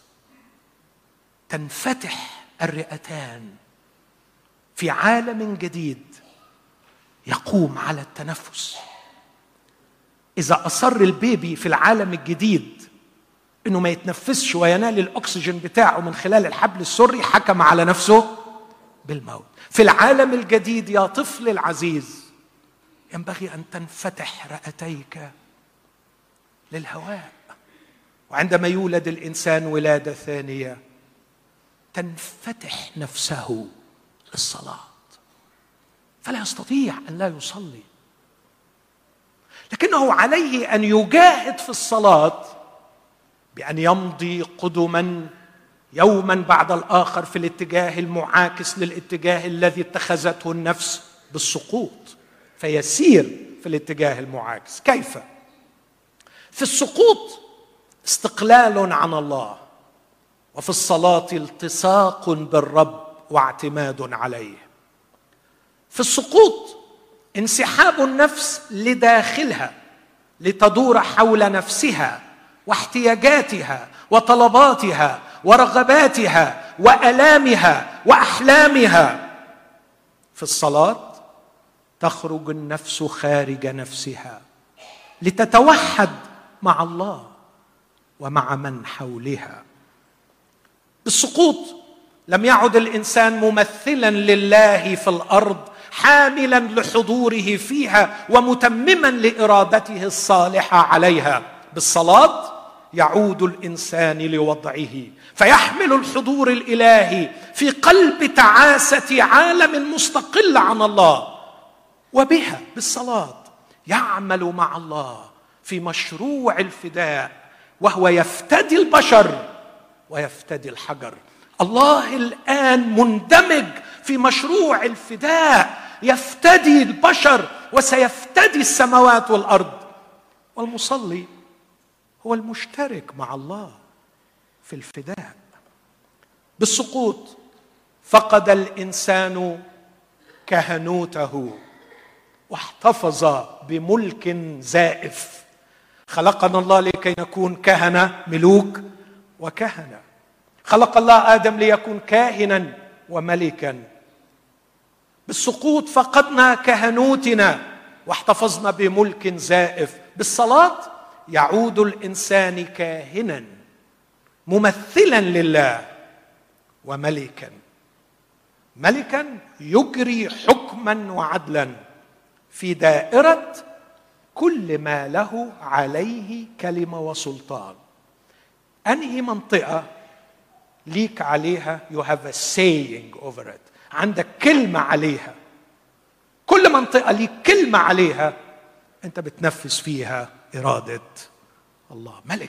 S1: تنفتح الرئتان في عالم جديد يقوم على التنفس. إذا أصر البيبي في العالم الجديد إنه ما يتنفسش وينال الأكسجين بتاعه من خلال الحبل السري، حكم على نفسه بالموت. في العالم الجديد يا طفل العزيز ينبغي أن تنفتح رئتيك للهواء. وعندما يولد الإنسان ولادة ثانية تنفتح نفسه للصلاة، فلا يستطيع أن لا يصلي، لكنه عليه أن يجاهد في الصلاة بأن يمضي قدما يوما بعد الآخر في الاتجاه المعاكس للاتجاه الذي اتخذته النفس بالسقوط، فيسير في الاتجاه المعاكس. كيف؟ في السقوط استقلال عن الله، وفي الصلاة التصاق بالرب واعتماد عليه. في السقوط انسحاب النفس لداخلها لتدور حول نفسها واحتياجاتها وطلباتها ورغباتها وآلامها وأحلامها. في الصلاة تخرج النفس خارج نفسها لتتوحد مع الله ومع من حولها. بالسقوط لم يعد الإنسان ممثلا لله في الأرض، حاملا لحضوره فيها ومتمما لإرادته الصالحة عليها. بالصلاة يعود الإنسان لوضعه، فيحمل الحضور الإلهي في قلب تعاسة عالم مستقل عن الله، وبها بالصلاة يعمل مع الله في مشروع الفداء، وهو يفتدي البشر ويفتدي الحجر. الله الآن مندمج في مشروع الفداء، يفتدي البشر وسيفتدي السماوات والأرض. والمصلي هو المشترك مع الله في الفداء. بالسقوط فقد الإنسان كهنوته واحتفظ بملك زائف. خلقنا الله لكي نكون كهنة، ملوك وكهنة. خلق الله آدم ليكون كاهنا وملكا. بالسقوط فقدنا كهنوتنا واحتفظنا بملك زائف. بالصلاة يعود الإنسان كاهنا ممثلا لله وملكا، ملكا يجري حكما وعدلا في دائرة كل ما له عليه كلمة وسلطان. أنهي منطقة ليك عليها you have a saying over it، عندك كلمة عليها. كل منطقة ليك كلمة عليها أنت بتنفذ فيها إرادة الله. ملك.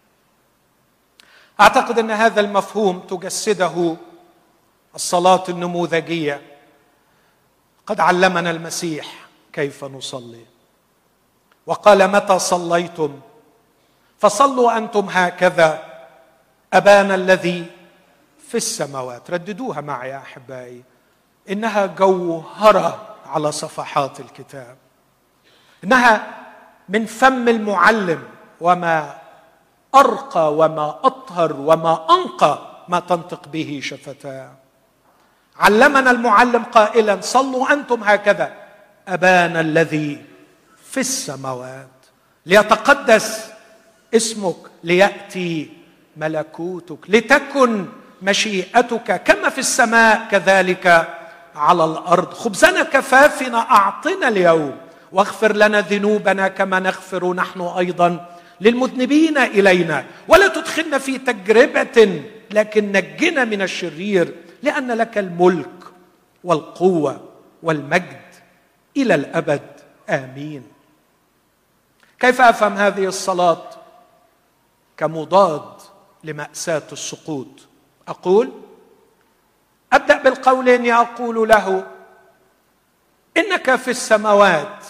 S1: أعتقد أن هذا المفهوم تجسده الصلاة النموذجية. قد علمنا المسيح كيف نصلي، وقال: متى صليتم فصلوا أنتم هكذا: أبانا الذي في السماوات. رددوها معي يا أحبائي، إنها جوهرة على صفحات الكتاب، إنها من فم المعلم، وما أرقى وما أطهر وما أنقى ما تنطق به شفتاه. علمنا المعلم قائلا: صلوا أنتم هكذا: أبانا الذي في السماوات، ليتقدس اسمك، ليأتي ملكوتك، لتكن مشيئتك كما في السماء كذلك على الأرض. خبزنا كفافنا أعطنا اليوم، واغفر لنا ذنوبنا كما نغفر نحن أيضا للمذنبين إلينا، ولا تدخلنا في تجربة لكن نجنا من الشرير، لأن لك الملك والقوة والمجد إلى الأبد، آمين. كيف أفهم هذه الصلاة كمضاد لمأساة السقوط؟ أقول أبدأ بالقول إني أقول له: إنك في السماوات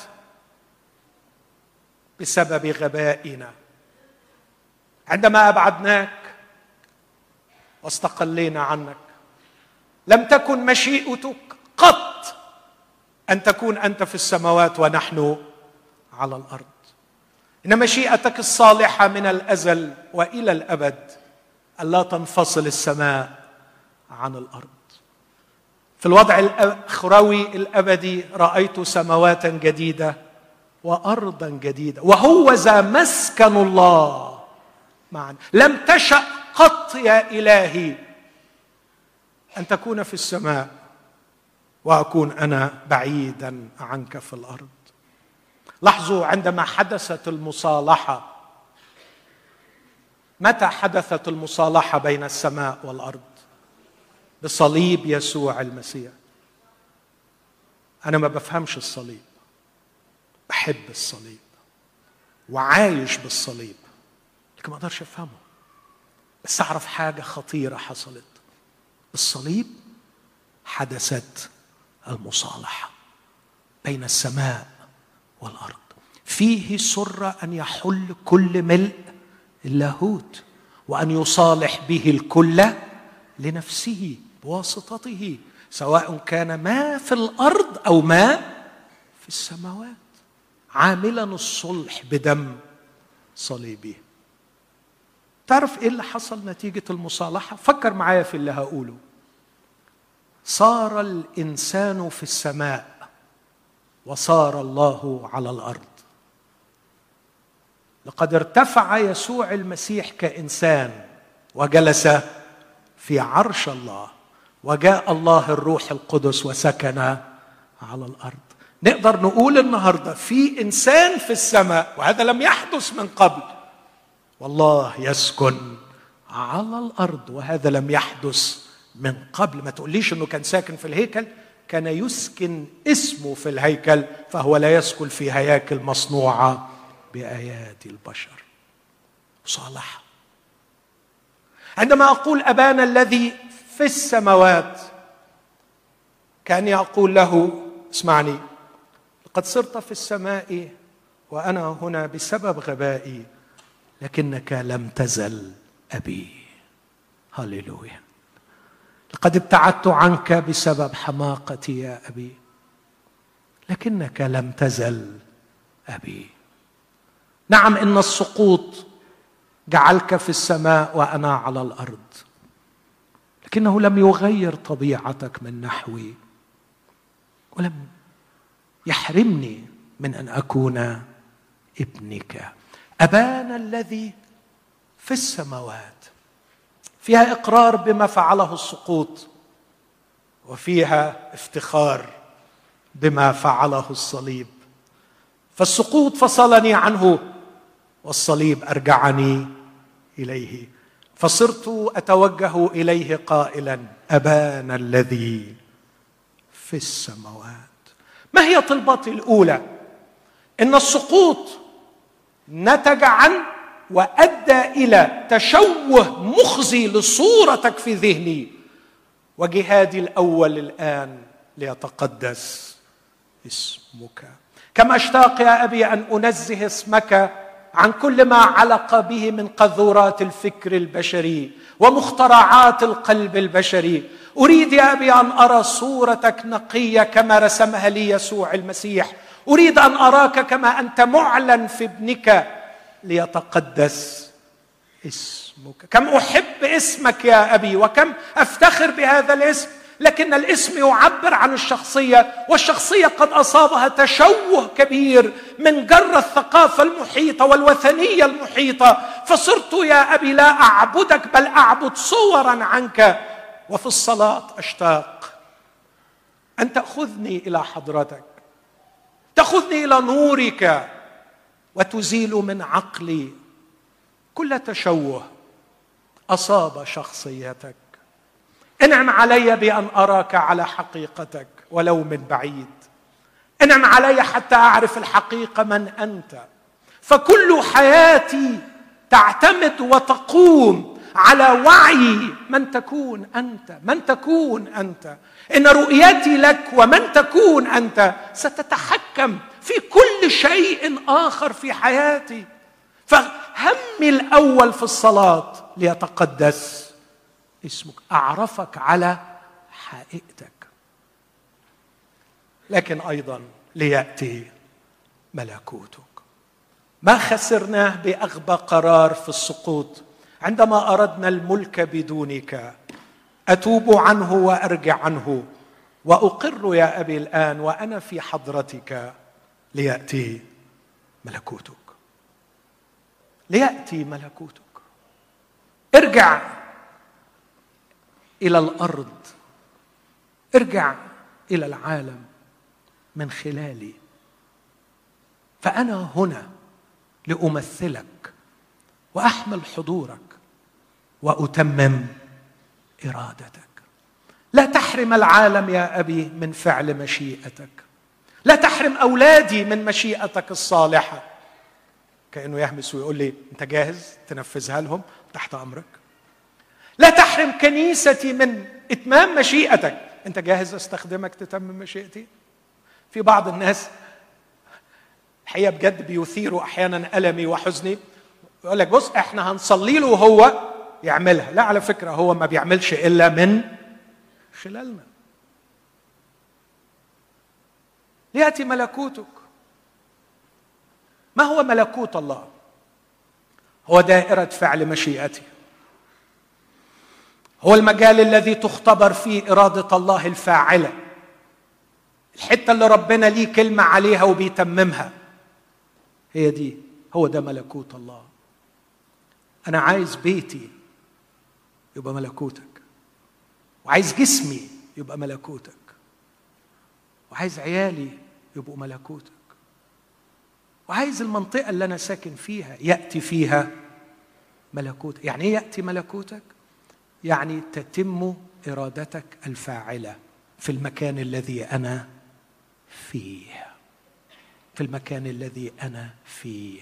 S1: بسبب غبائنا. عندما أبعدناك واستقلينا عنك، لم تكن مشيئتك قط أن تكون أنت في السماوات ونحن على الأرض. إن مشيئتك الصالحة من الأزل وإلى الأبد ألا تنفصل السماء عن الأرض. في الوضع الأخروي الأبدي رأيت سماوات جديدة وأرضا جديدة، وهو ذا مسكن الله معنا. لم تشأ قط يا إلهي أن تكون في السماء وأكون أنا بعيدا عنك في الأرض. لاحظوا عندما حدثت المصالحة، متى حدثت المصالحة بين السماء والأرض؟ بصليب يسوع المسيح. أنا ما بفهمش الصليب، بحب الصليب وعايش بالصليب، لكن ما أقدرش أفهمه. بس أعرف حاجة خطيرة حصلت: الصليب حدثت المصالحة بين السماء والأرض. فيه سر أن يحل كل ملء اللاهوت، وأن يصالح به الكل لنفسه بواسطته، سواء كان ما في الأرض أو ما في السماوات، عاملا الصلح بدم صليبه. تعرف إيه اللي حصل نتيجة المصالحة؟ فكر معايا في اللي هقوله. صار الإنسان في السماء وصار الله على الأرض. لقد ارتفع يسوع المسيح كإنسان وجلس في عرش الله، وجاء الله الروح القدس وسكن على الأرض. نقدر نقول النهاردة في إنسان في السماء، وهذا لم يحدث من قبل، والله يسكن على الأرض، وهذا لم يحدث من قبل. ما تقوليش أنه كان ساكن في الهيكل، كان يسكن اسمه في الهيكل، فهو لا يسكن في هياكل مصنوعة بأيادي البشر. صالح. عندما أقول أبانا الذي في السماوات، كأني أقول له اسمعني، لقد صرت في السماء وأنا هنا بسبب غبائي، لكنك لم تزل أبي. هللويا. لقد ابتعدت عنك بسبب حماقتي يا أبي، لكنك لم تزل أبي. نعم، إن السقوط جعلك في السماء وأنا على الأرض، لكنه لم يغير طبيعتك من نحوي، ولم يحرمني من أن أكون ابنك. أبانا الذي في السماوات فيها إقرار بما فعله السقوط، وفيها افتخار بما فعله الصليب. فالسقوط فصلني عنه، والصليب أرجعني إليه، فصرت أتوجه إليه قائلا أبانا الذي في السماوات. ما هي طلبتي الأولى؟ إن السقوط نتج عن وأدى إلى تشوه مخزي لصورتك في ذهني، وجهادي الأول الآن ليتقدس اسمك. كما أشتاق يا أبي أن أنزه اسمك عن كل ما علق به من قذورات الفكر البشري ومخترعات القلب البشري. أريد يا أبي أن أرى صورتك نقية كما رسمها لي يسوع المسيح. أريد أن أراك كما أنت معلن في ابنك ليتقدس اسمك. كم أحب اسمك يا أبي، وكم أفتخر بهذا الاسم، لكن الاسم يعبر عن الشخصية، والشخصية قد أصابها تشوه كبير من جر الثقافة المحيطة والوثنية المحيطة، فصرت يا أبي لا أعبدك بل أعبد صورا عنك. وفي الصلاة أشتاق أن تأخذني إلى حضرتك، تأخذني إلى نورك، وتزيل من عقلي كل تشوه أصاب شخصيتك. انعم علي بأن أراك على حقيقتك ولو من بعيد. انعم علي حتى أعرف الحقيقة من أنت، فكل حياتي تعتمد وتقوم على وعي من تكون أنت، من تكون أنت. إن رؤيتي لك ومن تكون أنت ستتحكم في كل شيء آخر في حياتي. فهمي الأول في الصلاة ليتقدس اسمك، أعرفك على حقيقتك، لكن أيضا ليأتي ملكوتك. ما خسرناه بأغبى قرار في السقوط عندما أردنا الملك بدونك. أتوب عنه وأرجع عنه، وأقر يا أبي الآن وأنا في حضرتك ليأتي ملكوتك، ليأتي ملكوتك. ارجع إلى الأرض، ارجع إلى العالم من خلالي، فأنا هنا لأمثلك وأحمل حضورك وأتمم إرادتك. لا تحرم العالم يا أبي من فعل مشيئتك، لا تحرم أولادي من مشيئتك الصالحة. كأنه يهمس ويقول لي أنت جاهز تنفذها لهم؟ تحت أمرك. لا تحرم كنيستي من إتمام مشيئتك. أنت جاهز أستخدمك تتمم مشيئتي؟ في بعض الناس الحقيقة بجد بيثيروا أحيانا ألمي وحزني، يقول لك بص احنا هنصلي له وهو يعملها. لا، على فكرة هو ما بيعملش إلا من خلالنا. ليأتي ملكوتك. ما هو ملكوت الله؟ هو دائرة فعل مشيئته، هو المجال الذي تختبر فيه إرادة الله الفاعلة، الحتة اللي ربنا ليه كلمة عليها وبيتممها. هي دي هو ده ملكوت الله. أنا عايز بيتي يبقى ملكوتك، وعايز جسمي يبقى ملكوتك، وعايز عيالي يبقوا ملكوتك، وعايز المنطقة اللي أنا ساكن فيها يأتي فيها ملكوتك. يعني إيه يأتي ملكوتك؟ يعني تتم إرادتك الفاعلة في المكان الذي أنا فيه، في المكان الذي أنا فيه.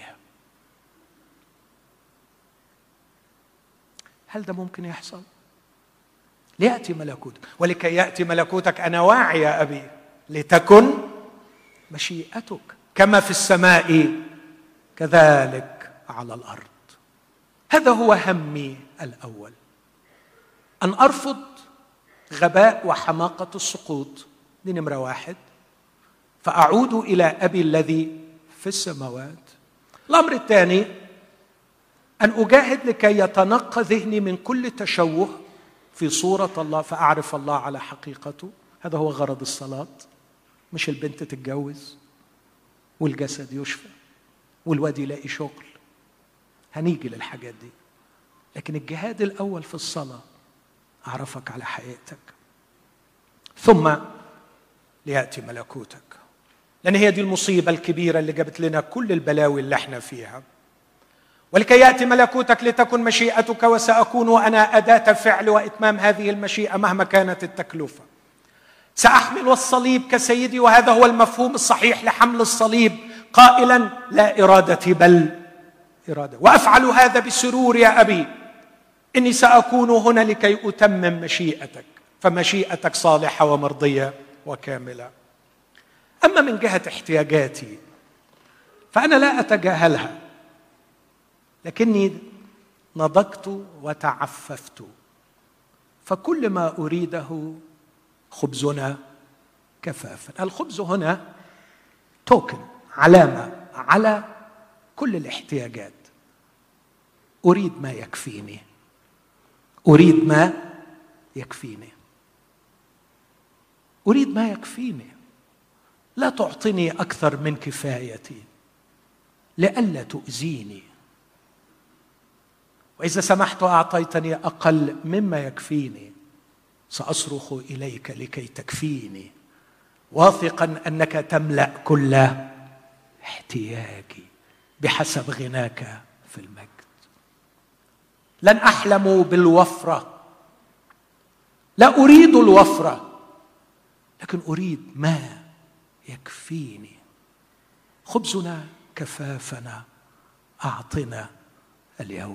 S1: هل ده ممكن يحصل؟ ليأتي ملكوتك. ولكي يأتي ملكوتك أنا واعي يا أبي لتكن مشيئتك كما في السماء كذلك على الأرض. هذا هو همي الأول، أن أرفض غباء وحماقة السقوط، دي نمرة واحد، فأعود إلى أبي الذي في السماوات. الأمر الثاني أن أجاهد لكي يتنقى ذهني من كل تشوه في صورة الله، فأعرف الله على حقيقته. هذا هو غرض الصلاة، مش البنت تتجوز والجسد يشفى والواد يلاقي شغل، هنيجي للحاجات دي، لكن الجهاد الأول في الصلاة أعرفك على حقيقتك، ثم ليأتي ملكوتك. لأن هي دي المصيبة الكبيرة اللي جابت لنا كل البلاوي اللي احنا فيها. ولكي يأتي ملكوتك لتكن مشيئتك، وسأكون أنا أداة فعل وإتمام هذه المشيئة مهما كانت التكلفة. سأحمل الصليب كسيدي، وهذا هو المفهوم الصحيح لحمل الصليب، قائلا لا إرادتي بل إرادة. وأفعل هذا بسرور يا أبي، إني سأكون هنا لكي أتمم مشيئتك، فمشيئتك صالحة ومرضية وكاملة. أما من جهة احتياجاتي فأنا لا أتجاهلها، لكني نضجت وتعففت، فكل ما أريده خبزنا كفافا. الخبز هنا توكن، علامة على كل الاحتياجات. أريد ما يكفيني، أريد ما يكفيني، أريد ما يكفيني. لا تعطني أكثر من كفايتي لئلا تؤذيني، وإذا سمحت أعطيتني أقل مما يكفيني سأصرخ إليك لكي تكفيني، واثقا أنك تملأ كل احتياجي بحسب غناك في المجد. لن أحلم بالوفرة، لا أريد الوفرة، لكن أريد ما يكفيني. خبزنا كفافنا أعطنا اليوم.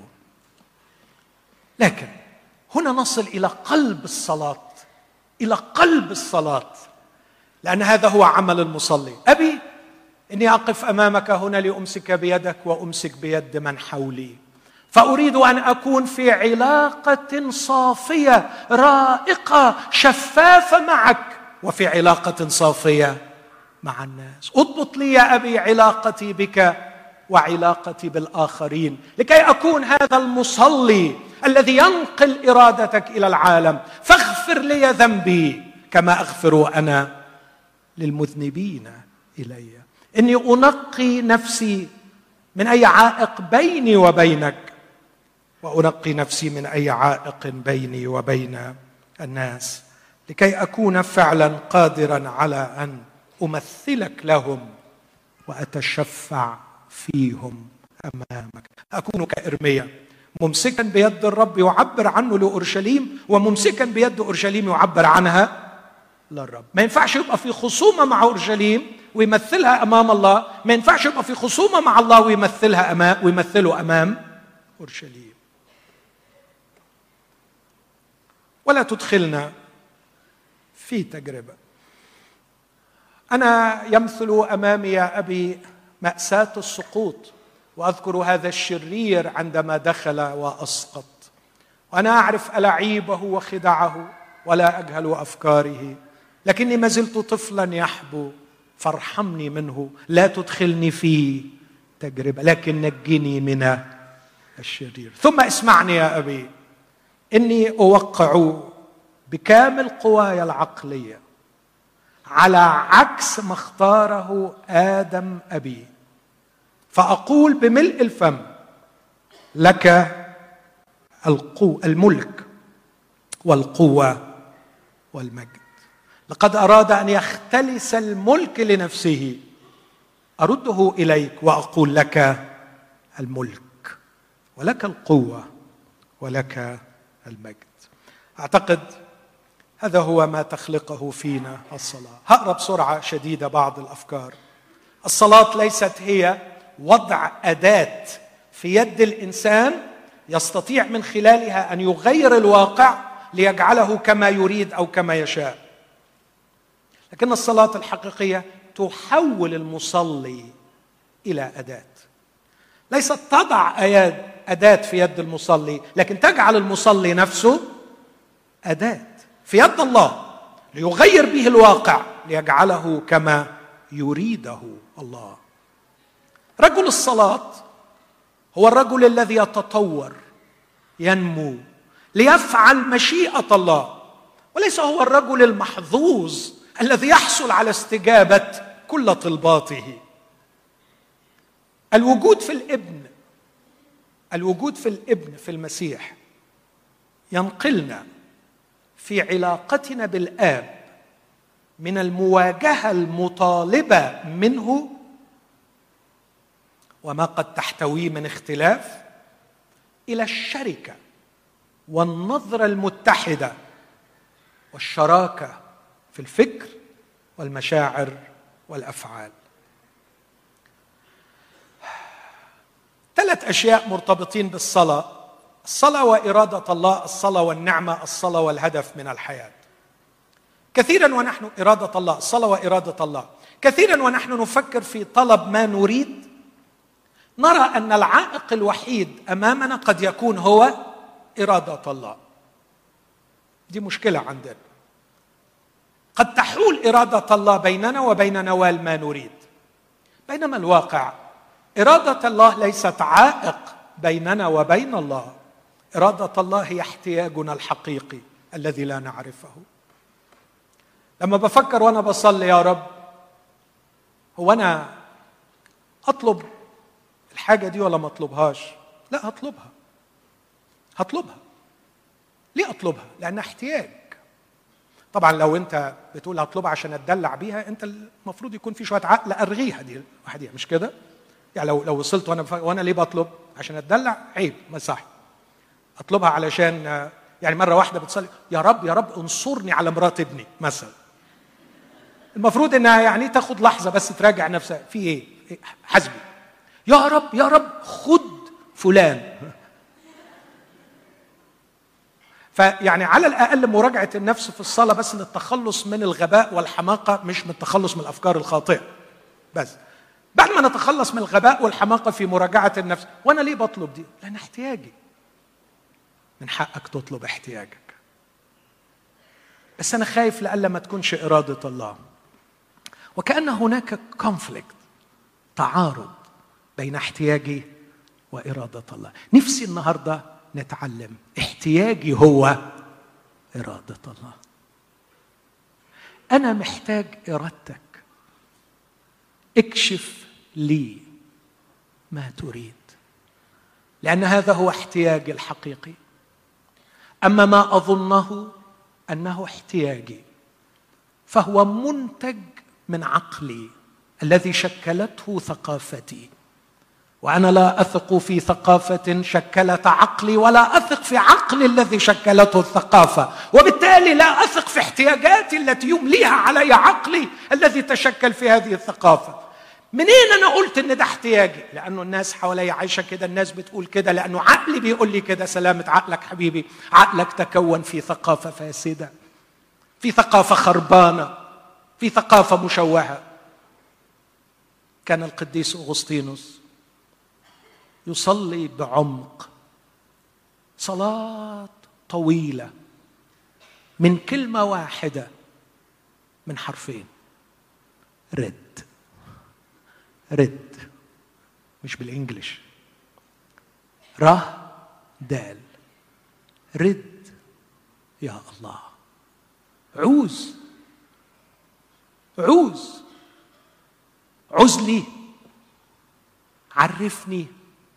S1: لكن هنا نصل إلى قلب الصلاة، إلى قلب الصلاة، لأن هذا هو عمل المصلي. أبي إني أقف أمامك هنا لأمسك بيدك وأمسك بيد من حولي، فأريد أن أكون في علاقة صافية رائقة شفافة معك، وفي علاقة صافية مع الناس. اضبط لي يا أبي علاقتي بك وعلاقتي بالآخرين، لكي أكون هذا المصلي الذي ينقل إرادتك إلى العالم. فاغفر لي ذنبي كما أغفر أنا للمذنبين إلي. إني أنقي نفسي من أي عائق بيني وبينك، وأنقي نفسي من أي عائق بيني وبين الناس، لكي أكون فعلا قادرا على أن أمثلك لهم وأتشفع فيهم أمامك. أكون كإرميا ممسكا بيد الرب يعبر عنه لأورشليم، وممسكا بيد أورشليم يعبر عنها للرب. ما ينفعش يبقى في خصومة مع أورشليم ويمثلها أمام الله، ما ينفعش يبقى في خصومة مع الله ويمثلها أمام ويمثله أمام أورشليم. ولا تدخلنا في تجربة. أنا يمثل أمامي يا أبي مأساة السقوط، وأذكر هذا الشرير عندما دخل وأسقط، وأنا أعرف ألاعيبه وخدعه ولا أجهل أفكاره، لكني ما زلت طفلا يحبو، فارحمني منه. لا تدخلني في تجربة، لكن نجني من الشرير. ثم اسمعني يا أبي، إني أوقع بكامل قواي العقلية على عكس ما اختاره آدم أبي، فأقول بملء الفم لك القوة الملك والقوة والمجد. لقد أراد أن يختلس الملك لنفسه، أرده إليك وأقول لك الملك ولك القوة ولك المجد. أعتقد هذا هو ما تخلقه فينا الصلاة. هقرأ بسرعة شديدة بعض الأفكار. الصلاة ليست هي وضع أداة في يد الإنسان يستطيع من خلالها أن يغير الواقع ليجعله كما يريد أو كما يشاء، لكن الصلاة الحقيقية تحول المصلي إلى أداة. ليست تضع أداة في يد المصلي، لكن تجعل المصلي نفسه أداة في يد الله ليغير به الواقع ليجعله كما يريده الله. رجل الصلاة هو الرجل الذي يتطور ينمو ليفعل مشيئة الله، وليس هو الرجل المحظوظ الذي يحصل على استجابة كل طلباته. الوجود في الابن الوجود في الابن في المسيح ينقلنا في علاقتنا بالآب من المواجهة المطالبة منه وما قد تحتويه من اختلاف إلى الشركة والنظرة المتحدة والشراكة في الفكر والمشاعر والأفعال. ثلاث أشياء مرتبطين بالصلاة: الصلاة وإرادة الله، الصلاة والنعمة، الصلاة والهدف من الحياة. كثيرا ونحن إرادة الله، الصلاة وإرادة الله، كثيرا ونحن نفكر في طلب ما نريد نرى أن العائق الوحيد أمامنا قد يكون هو إرادة الله. دي مشكلة عندنا. قد تحول إرادة الله بيننا وبين نوال ما نريد، بينما الواقع إرادة الله ليست عائق بيننا وبين الله. إرادة الله هي احتياجنا الحقيقي الذي لا نعرفه. لما بفكر وأنا بصلي يا رب، هو أنا أطلب الحاجة دي ولا ما أطلبهاش؟ لا، هطلبها هطلبها ليه أطلبها؟ لأنها احتياج. طبعا لو أنت بتقول هطلبها عشان أتدلع بيها، أنت المفروض يكون في شوية عقل أرغيها دي وحديها، مش كده؟ يعني لو لو وصلت وأنا وأنا ليه بطلب؟ عشان أتدلع؟ عيب، ما صح. أطلبها علشان يعني مرة واحدة بتصلي يا رب يا رب انصرني على مرات ابني مثلا، المفروض إنها يعني تاخد لحظة بس تراجع نفسها في إيه؟ حسبي يا رب يا رب خد فلان. فيعني على الأقل مراجعة النفس في الصلاة بس للتخلص من الغباء والحماقة، مش من التخلص من الأفكار الخاطئة بس. بعد ما نتخلص من الغباء والحماقة في مراجعة النفس، وأنا ليه بطلب دي؟ لأن احتياجي. من حقك تطلب احتياجك، بس أنا خايف لألا ما تكونش إرادة الله، وكأن هناك كونفليكت، تعارض بين احتياجي وإرادة الله. نفسي النهاردة نتعلم احتياجي هو إرادة الله. أنا محتاج إرادتك، اكشف لي ما تريد، لأن هذا هو احتياجي الحقيقي. أما ما أظنه أنه احتياجي فهو منتج من عقلي الذي شكلته ثقافتي، وأنا لا أثق في ثقافة شكلت عقلي ولا أثق في عقلي الذي شكلته الثقافة، وبالتالي لا أثق في احتياجاتي التي يمليها علي عقلي الذي تشكل في هذه الثقافة. منين أنا قلت إن ده احتياجي؟ لأنه الناس حوالي عايشة كده، الناس بتقول كده، لأنه عقلي بيقول لي كده. سلامة عقلك حبيبي، عقلك تكون في ثقافة فاسدة، في ثقافة خربانة، في ثقافة مشوهة. كان القديس أغسطينوس يصلي بعمق صلاة طويلة من كلمة واحدة، من حرفين: رد رد، مش بالإنجليش، ره دال، رد يا الله. عوز عوز عوز لي، عرفني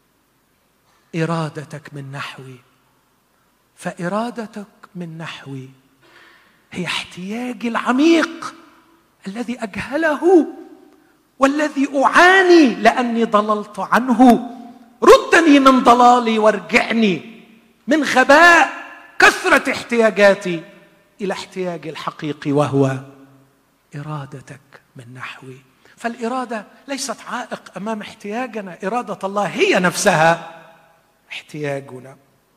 S1: إرادتك من نحوي، فإرادتك من نحوي هي احتياجي العميق الذي أجهله والذي أعاني لأني ضللت عنه. ردني من ضلالي وارجعني من غباء كثرة احتياجاتي إلى احتياجي الحقيقي وهو إرادتك من نحوي. فالإرادة ليست عائق أمام احتياجنا، إرادة الله هي نفسها احتياجنا.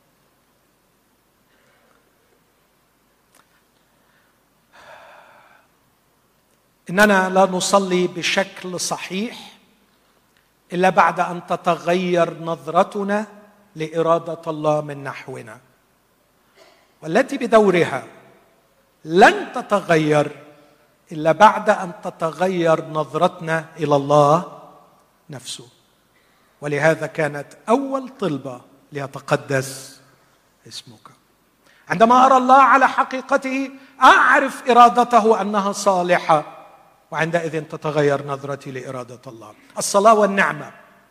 S1: إننا لا نصلي بشكل صحيح إلا بعد أن تتغير نظرتنا لإرادة الله من نحونا، والتي بدورها لن تتغير إلا بعد أن تتغير نظرتنا إلى الله نفسه. ولهذا كانت أول طلبة ليتقدس اسمك. عندما أرى الله على حقيقته أعرف إرادته أنها صالحة، وعندئذ تتغير نظرتي لإرادة الله. الصلاة والنعمة.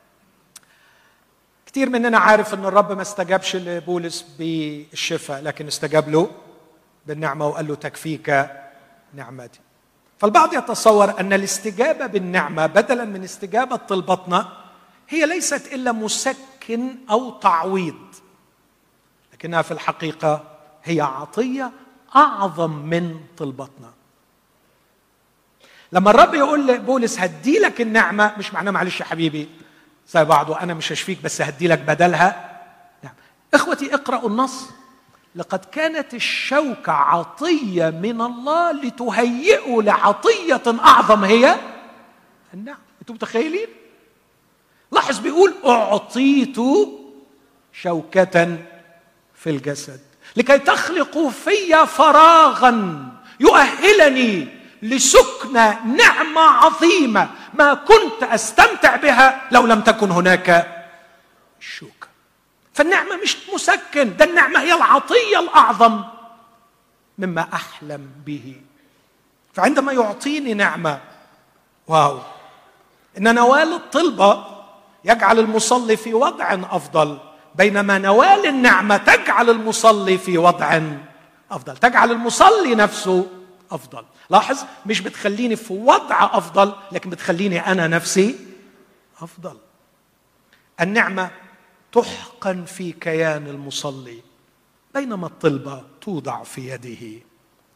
S1: كثير مننا عارف أن الرب ما استجابش لبولس بالشفاء، لكن استجاب له بالنعمة وقال له تكفيك نعمتي. فالبعض يتصور أن الاستجابة بالنعمة بدلا من استجابة طلبتنا هي ليست إلا مسكن أو تعويض، لكنها في الحقيقة هي عطية أعظم من طلبتنا. لما الرب يقول لبولس هدي لك النعمة، مش معناه معلش يا حبيبي زي بعضه أنا مش هشفيك بس هدي لك بدلها. نعم. إخوتي اقرأوا النص. لقد كانت الشوكة عطية من الله لتهيئوا لعطية أعظم هي النعم. أنتم متخيلين؟ لاحظ بيقول أعطيت شوكة في الجسد لكي تخلقوا في فراغا يؤهلني لسكنى نعمة عظيمة ما كنت أستمتع بها لو لم تكن هناك الشوكة. فالنعمة مش مسكن، ده النعمة هي العطية الأعظم مما أحلم به. فعندما يعطيني نعمة، واو، إن نوال الطلبة يجعل المصلي في وضع أفضل، بينما نوال النعمة تجعل المصلي في وضع أفضل، تجعل المصلي نفسه أفضل. لاحظ، مش بتخليني في وضع أفضل، لكن بتخليني أنا نفسي أفضل. النعمة تحقن في كيان المصلي، بينما الطلبة توضع في يده.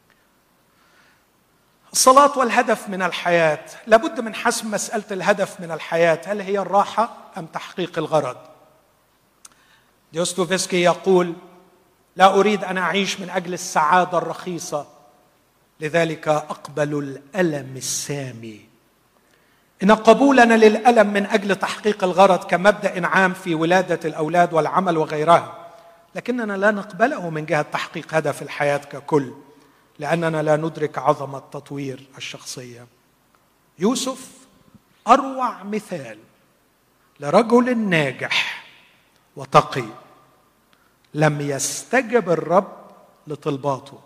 S1: الصلاة والهدف من الحياة. لابد من حسم مسألة الهدف من الحياة، هل هي الراحة أم تحقيق الغرض؟ دوستويفسكي يقول لا أريد أن أعيش من أجل السعادة الرخيصة، لذلك أقبل الألم السامي. إن قبولنا للألم من أجل تحقيق الغرض كمبدأ عام في ولادة الأولاد والعمل وغيرها، لكننا لا نقبله من جهة تحقيق هدف الحياة ككل، لأننا لا ندرك عظمة تطوير الشخصية. يوسف أروع مثال لرجل ناجح وتقي لم يستجب الرب لطلباته،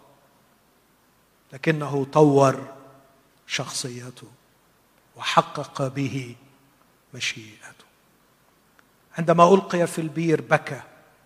S1: لكنه طور شخصيته وحقق به مشيئته. عندما ألقي في البير بكى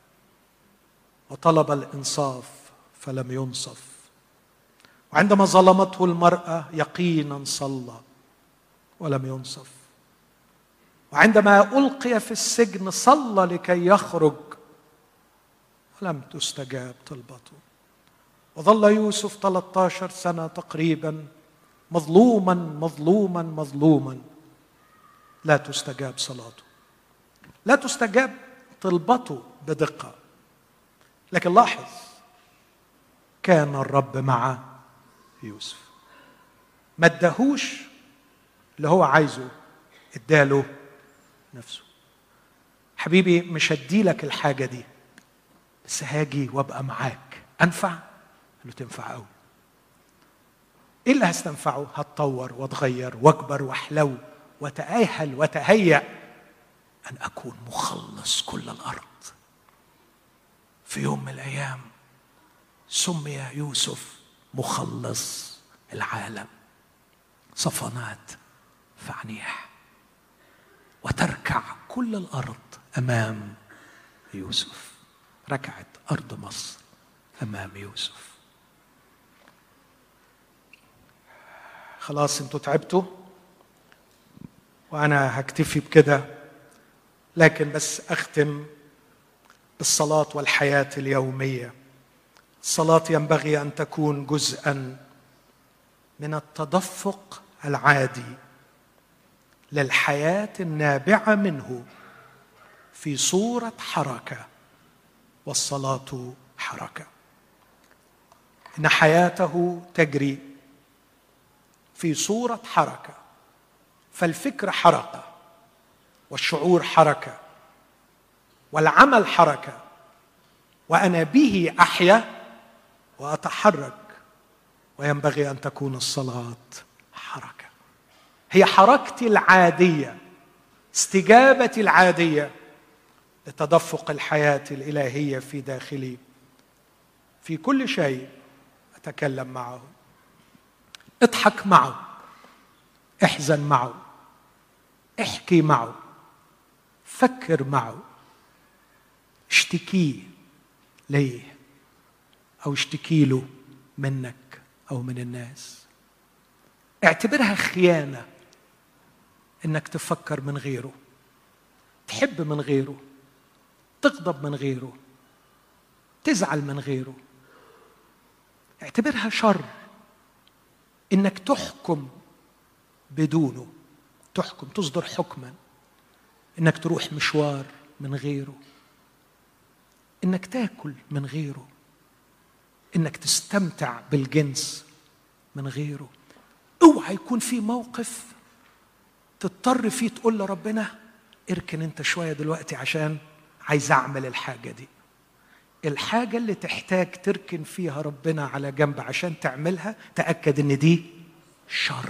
S1: وطلب الإنصاف فلم ينصف، وعندما ظلمته المرأة يقينا صلى ولم ينصف، وعندما ألقي في السجن صلى لكي يخرج ولم تستجاب طلبته. وظل يوسف ثلاثة عشر سنة تقريبا مظلوما مظلوما مظلوما، لا تستجاب صلاته، لا تستجاب طلبته بدقة. لكن لاحظ، كان الرب مع يوسف، ما اداهوش اللي هو عايزه، اداله نفسه. حبيبي مش هدي لك الحاجة دي، بس هاجي وابقى معاك. أنفع؟ قال له تنفع قوي. إيه اللي هستنفعه؟ هتطور واتغير واكبر واحلو وتأهل وتهيأ أن أكون مخلص كل الأرض. في يوم من الأيام سمي يوسف مخلص العالم. صفنات فعنيح وتركع كل الأرض أمام يوسف، ركعت أرض مصر أمام يوسف. خلاص انتوا تعبتوا وأنا هكتفي بكده، لكن بس أختم بالصلاة والحياة اليومية. الصلاة ينبغي أن تكون جزءاً من التدفق العادي للحياة النابعة منه في صورة حركة، والصلاة حركة. إن حياته تجري في صورة حركة، فالفكر حركة، والشعور حركة، والعمل حركة، وأنا به أحيا وأتحرك. وينبغي أن تكون الصلاة حركة، هي حركتي العادية، استجابتي العادية لتدفق الحياة الإلهية في داخلي. في كل شيء أتكلم معه، اضحك معه، احزن معه، احكي معه، فكر معه، اشتكيه ليه أو اشتكي له منك أو من الناس. اعتبرها خيانة إنك تفكر من غيره، تحب من غيره، تغضب من غيره، تزعل من غيره. اعتبرها شر إنك تحكم بدونه، تحكم، تصدر حكما، إنك تروح مشوار من غيره، إنك تاكل من غيره، إنك تستمتع بالجنس من غيره. اوعى يكون في موقف تضطر فيه تقول لربنا اركن انت شوية دلوقتي عشان عايز اعمل الحاجة دي. الحاجة اللي تحتاج تركن فيها ربنا على جنب عشان تعملها، تأكد ان دي شر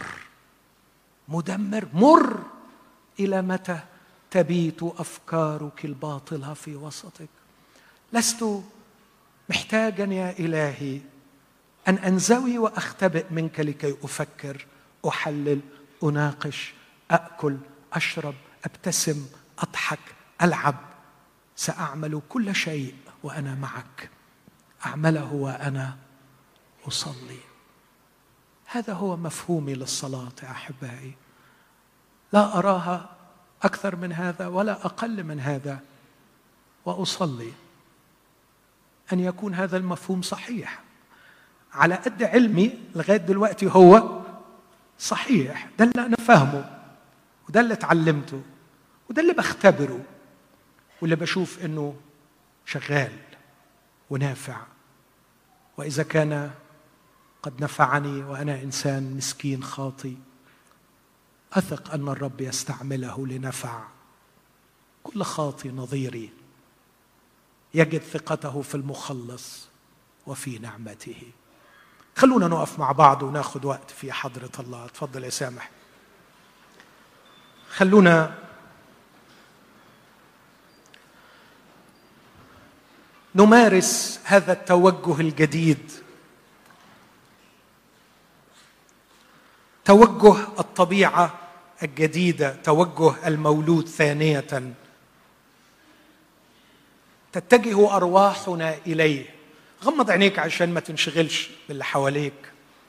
S1: مدمر مر. إلى متى تبيت أفكارك الباطلة في وسطك؟ لست محتاجا يا إلهي أن أنزوي وأختبئ منك لكي أفكر، أحلل، أناقش، أأكل، أشرب، أبتسم، أضحك، ألعب. سأعمل كل شيء وأنا معك، أعمله وأنا أصلي. هذا هو مفهومي للصلاة يا أحبائي، لا أراها أكثر من هذا ولا أقل من هذا. وأصلي أن يكون هذا المفهوم صحيح على قد علمي لغاية دلوقتي، هو صحيح. ده اللي أنا فاهمه، وده اللي اتعلمته، وده اللي بختبره، واللي بشوف إنه شغال ونافع. وإذا كان قد نفعني وأنا إنسان مسكين خاطي، أثق أن الرب يستعمله لنفع كل خاطي نظيري يجد ثقته في المخلص وفي نعمته. خلونا نقف مع بعض وناخد وقت في حضرة الله. تفضل يا سامح. خلونا نمارس هذا التوجه الجديد، توجه الطبيعة الجديدة، توجه المولود ثانية تتجه أرواحنا إليه. غمض عينيك عشان ما تنشغلش باللي حواليك.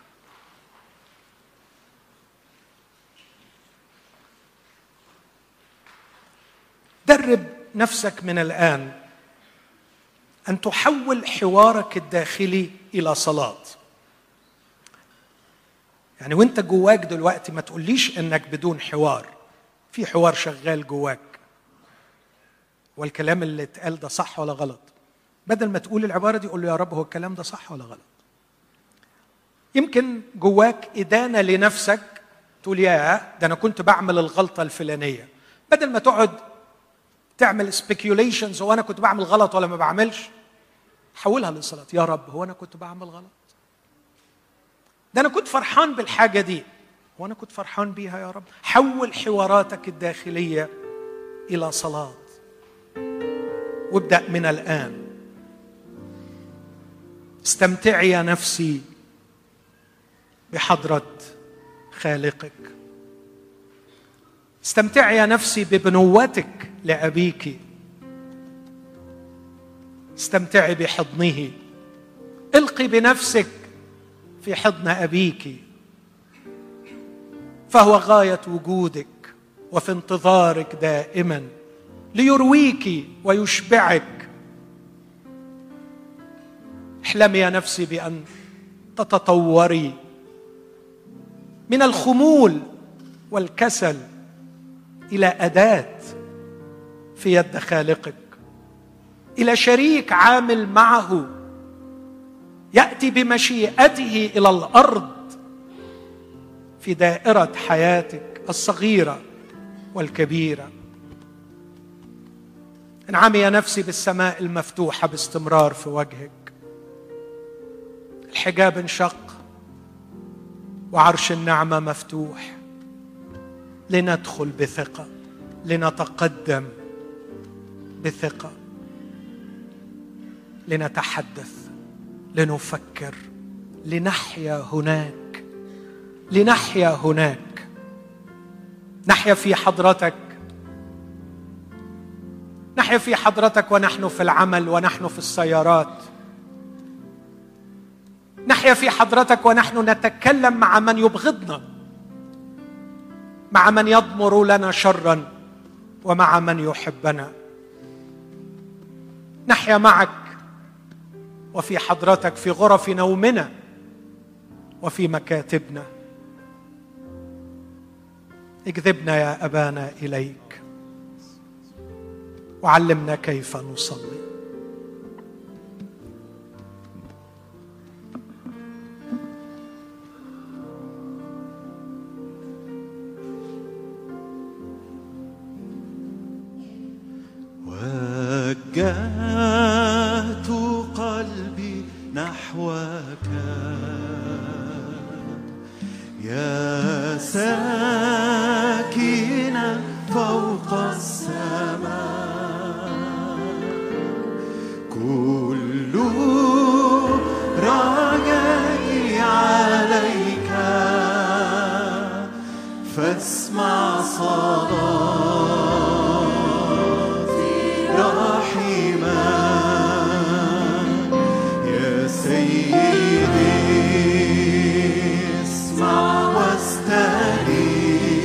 S1: درب نفسك من الآن أن تحول حوارك الداخلي إلى صلاة. يعني وانت جواك دلوقتي ما تقوليش انك بدون حوار، في حوار شغال جواك، والكلام اللي اتقال ده صح ولا غلط. بدل ما تقول العبارة دي قول له يا رب هو الكلام ده صح ولا غلط. يمكن جواك إدانة لنفسك، تقول يا ده أنا كنت بعمل الغلطة الفلانية. بدل ما تقعد تعمل speculations هو أنا كنت بعمل غلط ولا ما بعملش، حولها للصلاة. يا رب هو أنا كنت بعمل غلط؟ ده أنا كنت فرحان بالحاجة دي، وأنا كنت فرحان بيها يا رب. حول حواراتك الداخلية إلى صلاة، وابدأ من الآن. استمتعي يا نفسي بحضرة خالقك، استمتعي يا نفسي ببنوتك لأبيك، استمتعي بحضنه، القي بنفسك في حضن أبيك، فهو غاية وجودك وفي انتظارك دائما ليرويك ويشبعك. احلمي يا نفسي بأن تتطوري من الخمول والكسل إلى أداة في يد خالقك، إلى شريك عامل معه يأتي بمشيئته إلى الأرض في دائرة حياتك الصغيرة والكبيرة. انعمي يا نفسي بالسماء المفتوحة باستمرار في وجهك. الحجاب انشق وعرش النعمة مفتوح، لندخل بثقة، لنتقدم بثقة، لنتحدث، لنفكر، لنحيا هناك، لنحيا هناك، نحيا في حضرتك، نحيا في حضرتك ونحن في العمل ونحن في السيارات، نحيا في حضرتك ونحن نتكلم مع من يبغضنا، مع من يضمر لنا شرا ومع من يحبنا. نحيا معك وفي حضرتك في غرف نومنا وفي مكاتبنا. اجذبنا يا أبانا إليك وعلمنا كيف نصلي.
S2: وجهت قلبي نحوك يا ساكنا فوق السماء، كل رجائي عليك فاسمع صلاتي رحيما يا سيدي، اسمع واستجيب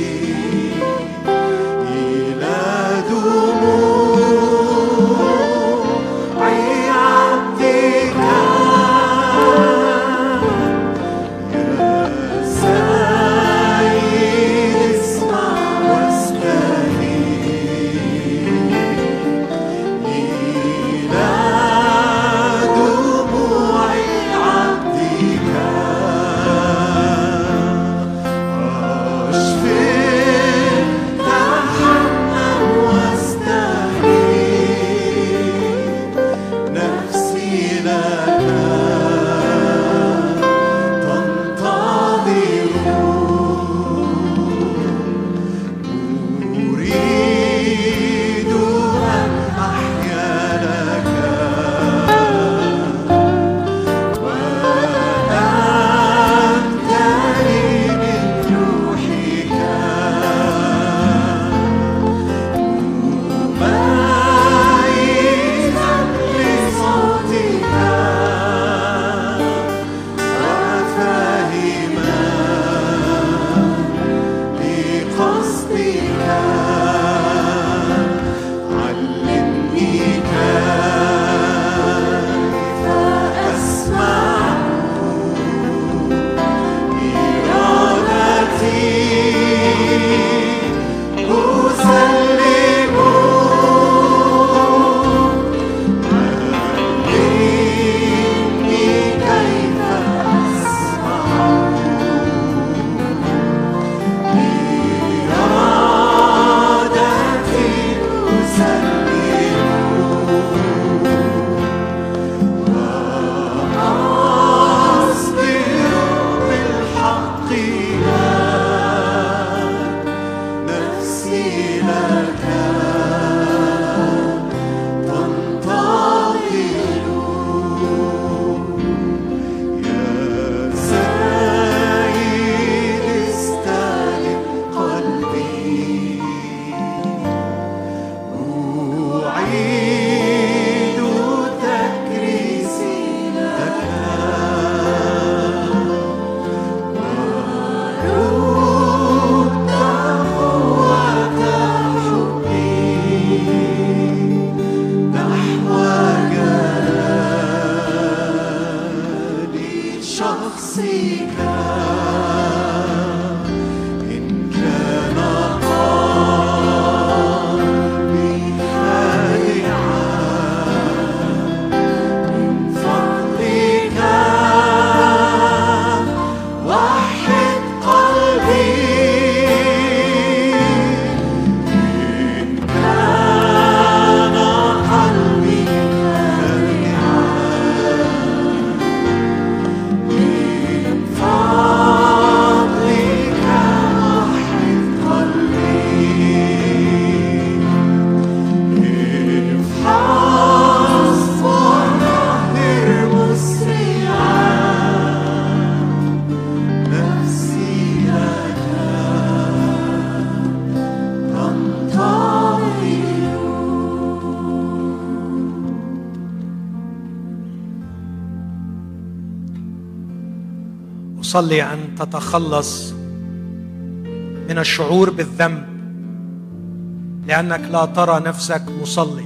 S1: أصلي أن تتخلص من الشعور بالذنب لأنك لا ترى نفسك مصلي،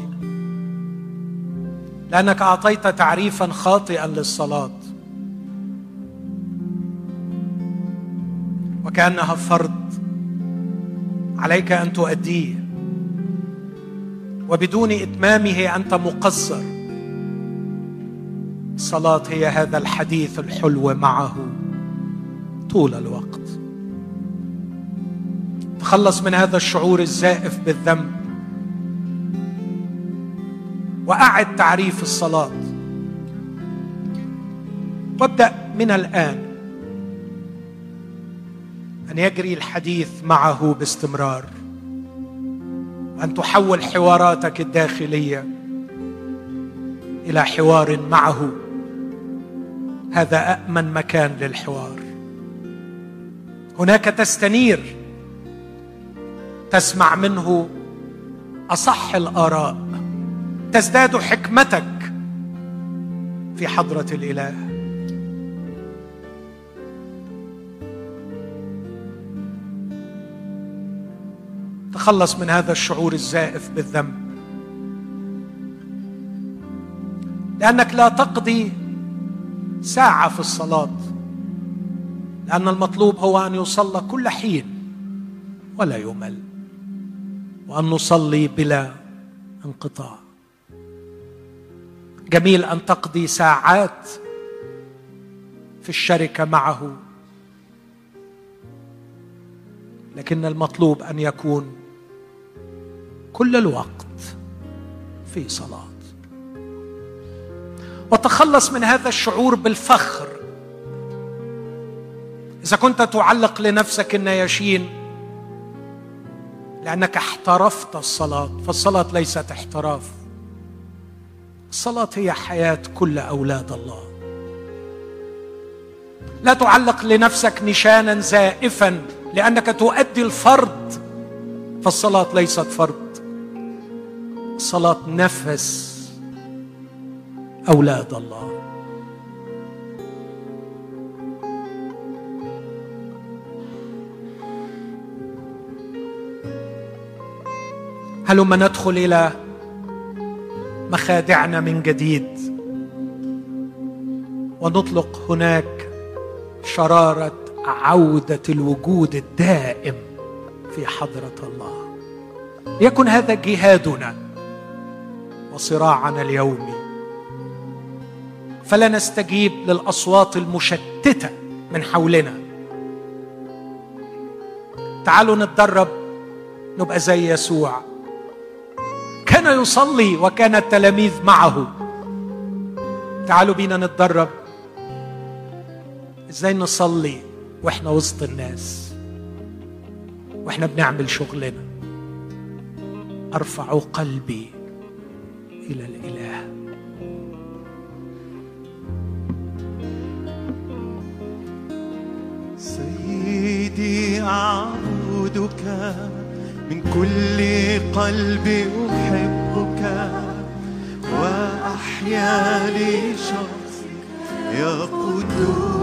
S1: لأنك أعطيت تعريفا خاطئا للصلاة وكأنها فرض عليك أن تؤديه، وبدون إتمامه أنت مقصر. الصلاة هي هذا الحديث الحلو معه طول الوقت. تخلص من هذا الشعور الزائف بالذنب وأعد تعريف الصلاة، وابدأ من الآن أن يجري الحديث معه باستمرار، وأن تحول حواراتك الداخلية إلى حوار معه. هذا أأمن مكان للحوار. هناك تستنير، تسمع منه أصح الآراء، تزداد حكمتك في حضرة الإله. تخلص من هذا الشعور الزائف بالذنب، لأنك لا تقضي ساعة في الصلاة، لأن المطلوب هو أن يصلى كل حين ولا يمل، وأن نصلي بلا انقطاع. جميل أن تقضي ساعات في الشركة معه، لكن المطلوب أن يكون كل الوقت في صلاة. وتخلص من هذا الشعور بالفخر. إذا كنت تعلق لنفسك النياشين لأنك احترفت الصلاة، فالصلاة ليست احتراف. الصلاة هي حياة كل أولاد الله. لا تعلق لنفسك نشانا زائفا لأنك تؤدي الفرض، فالصلاة ليست فرض. الصلاة نفس أولاد الله. هلما ندخل إلى مخادعنا من جديد ونطلق هناك شرارة عودة الوجود الدائم في حضرة الله. ليكن هذا جهادنا وصراعنا اليومي، فلا نستجيب للأصوات المشتتة من حولنا. تعالوا نتدرب نبقى زي يسوع، كان يصلي وكان التلاميذ معه. تعالوا بينا نتدرب ازاي نصلي واحنا وسط الناس، واحنا بنعمل شغلنا. ارفع قلبي الى الاله.
S2: سيدي اعبدك من كل قلبي، أحبك وأحيا لشخصك يا قدوس.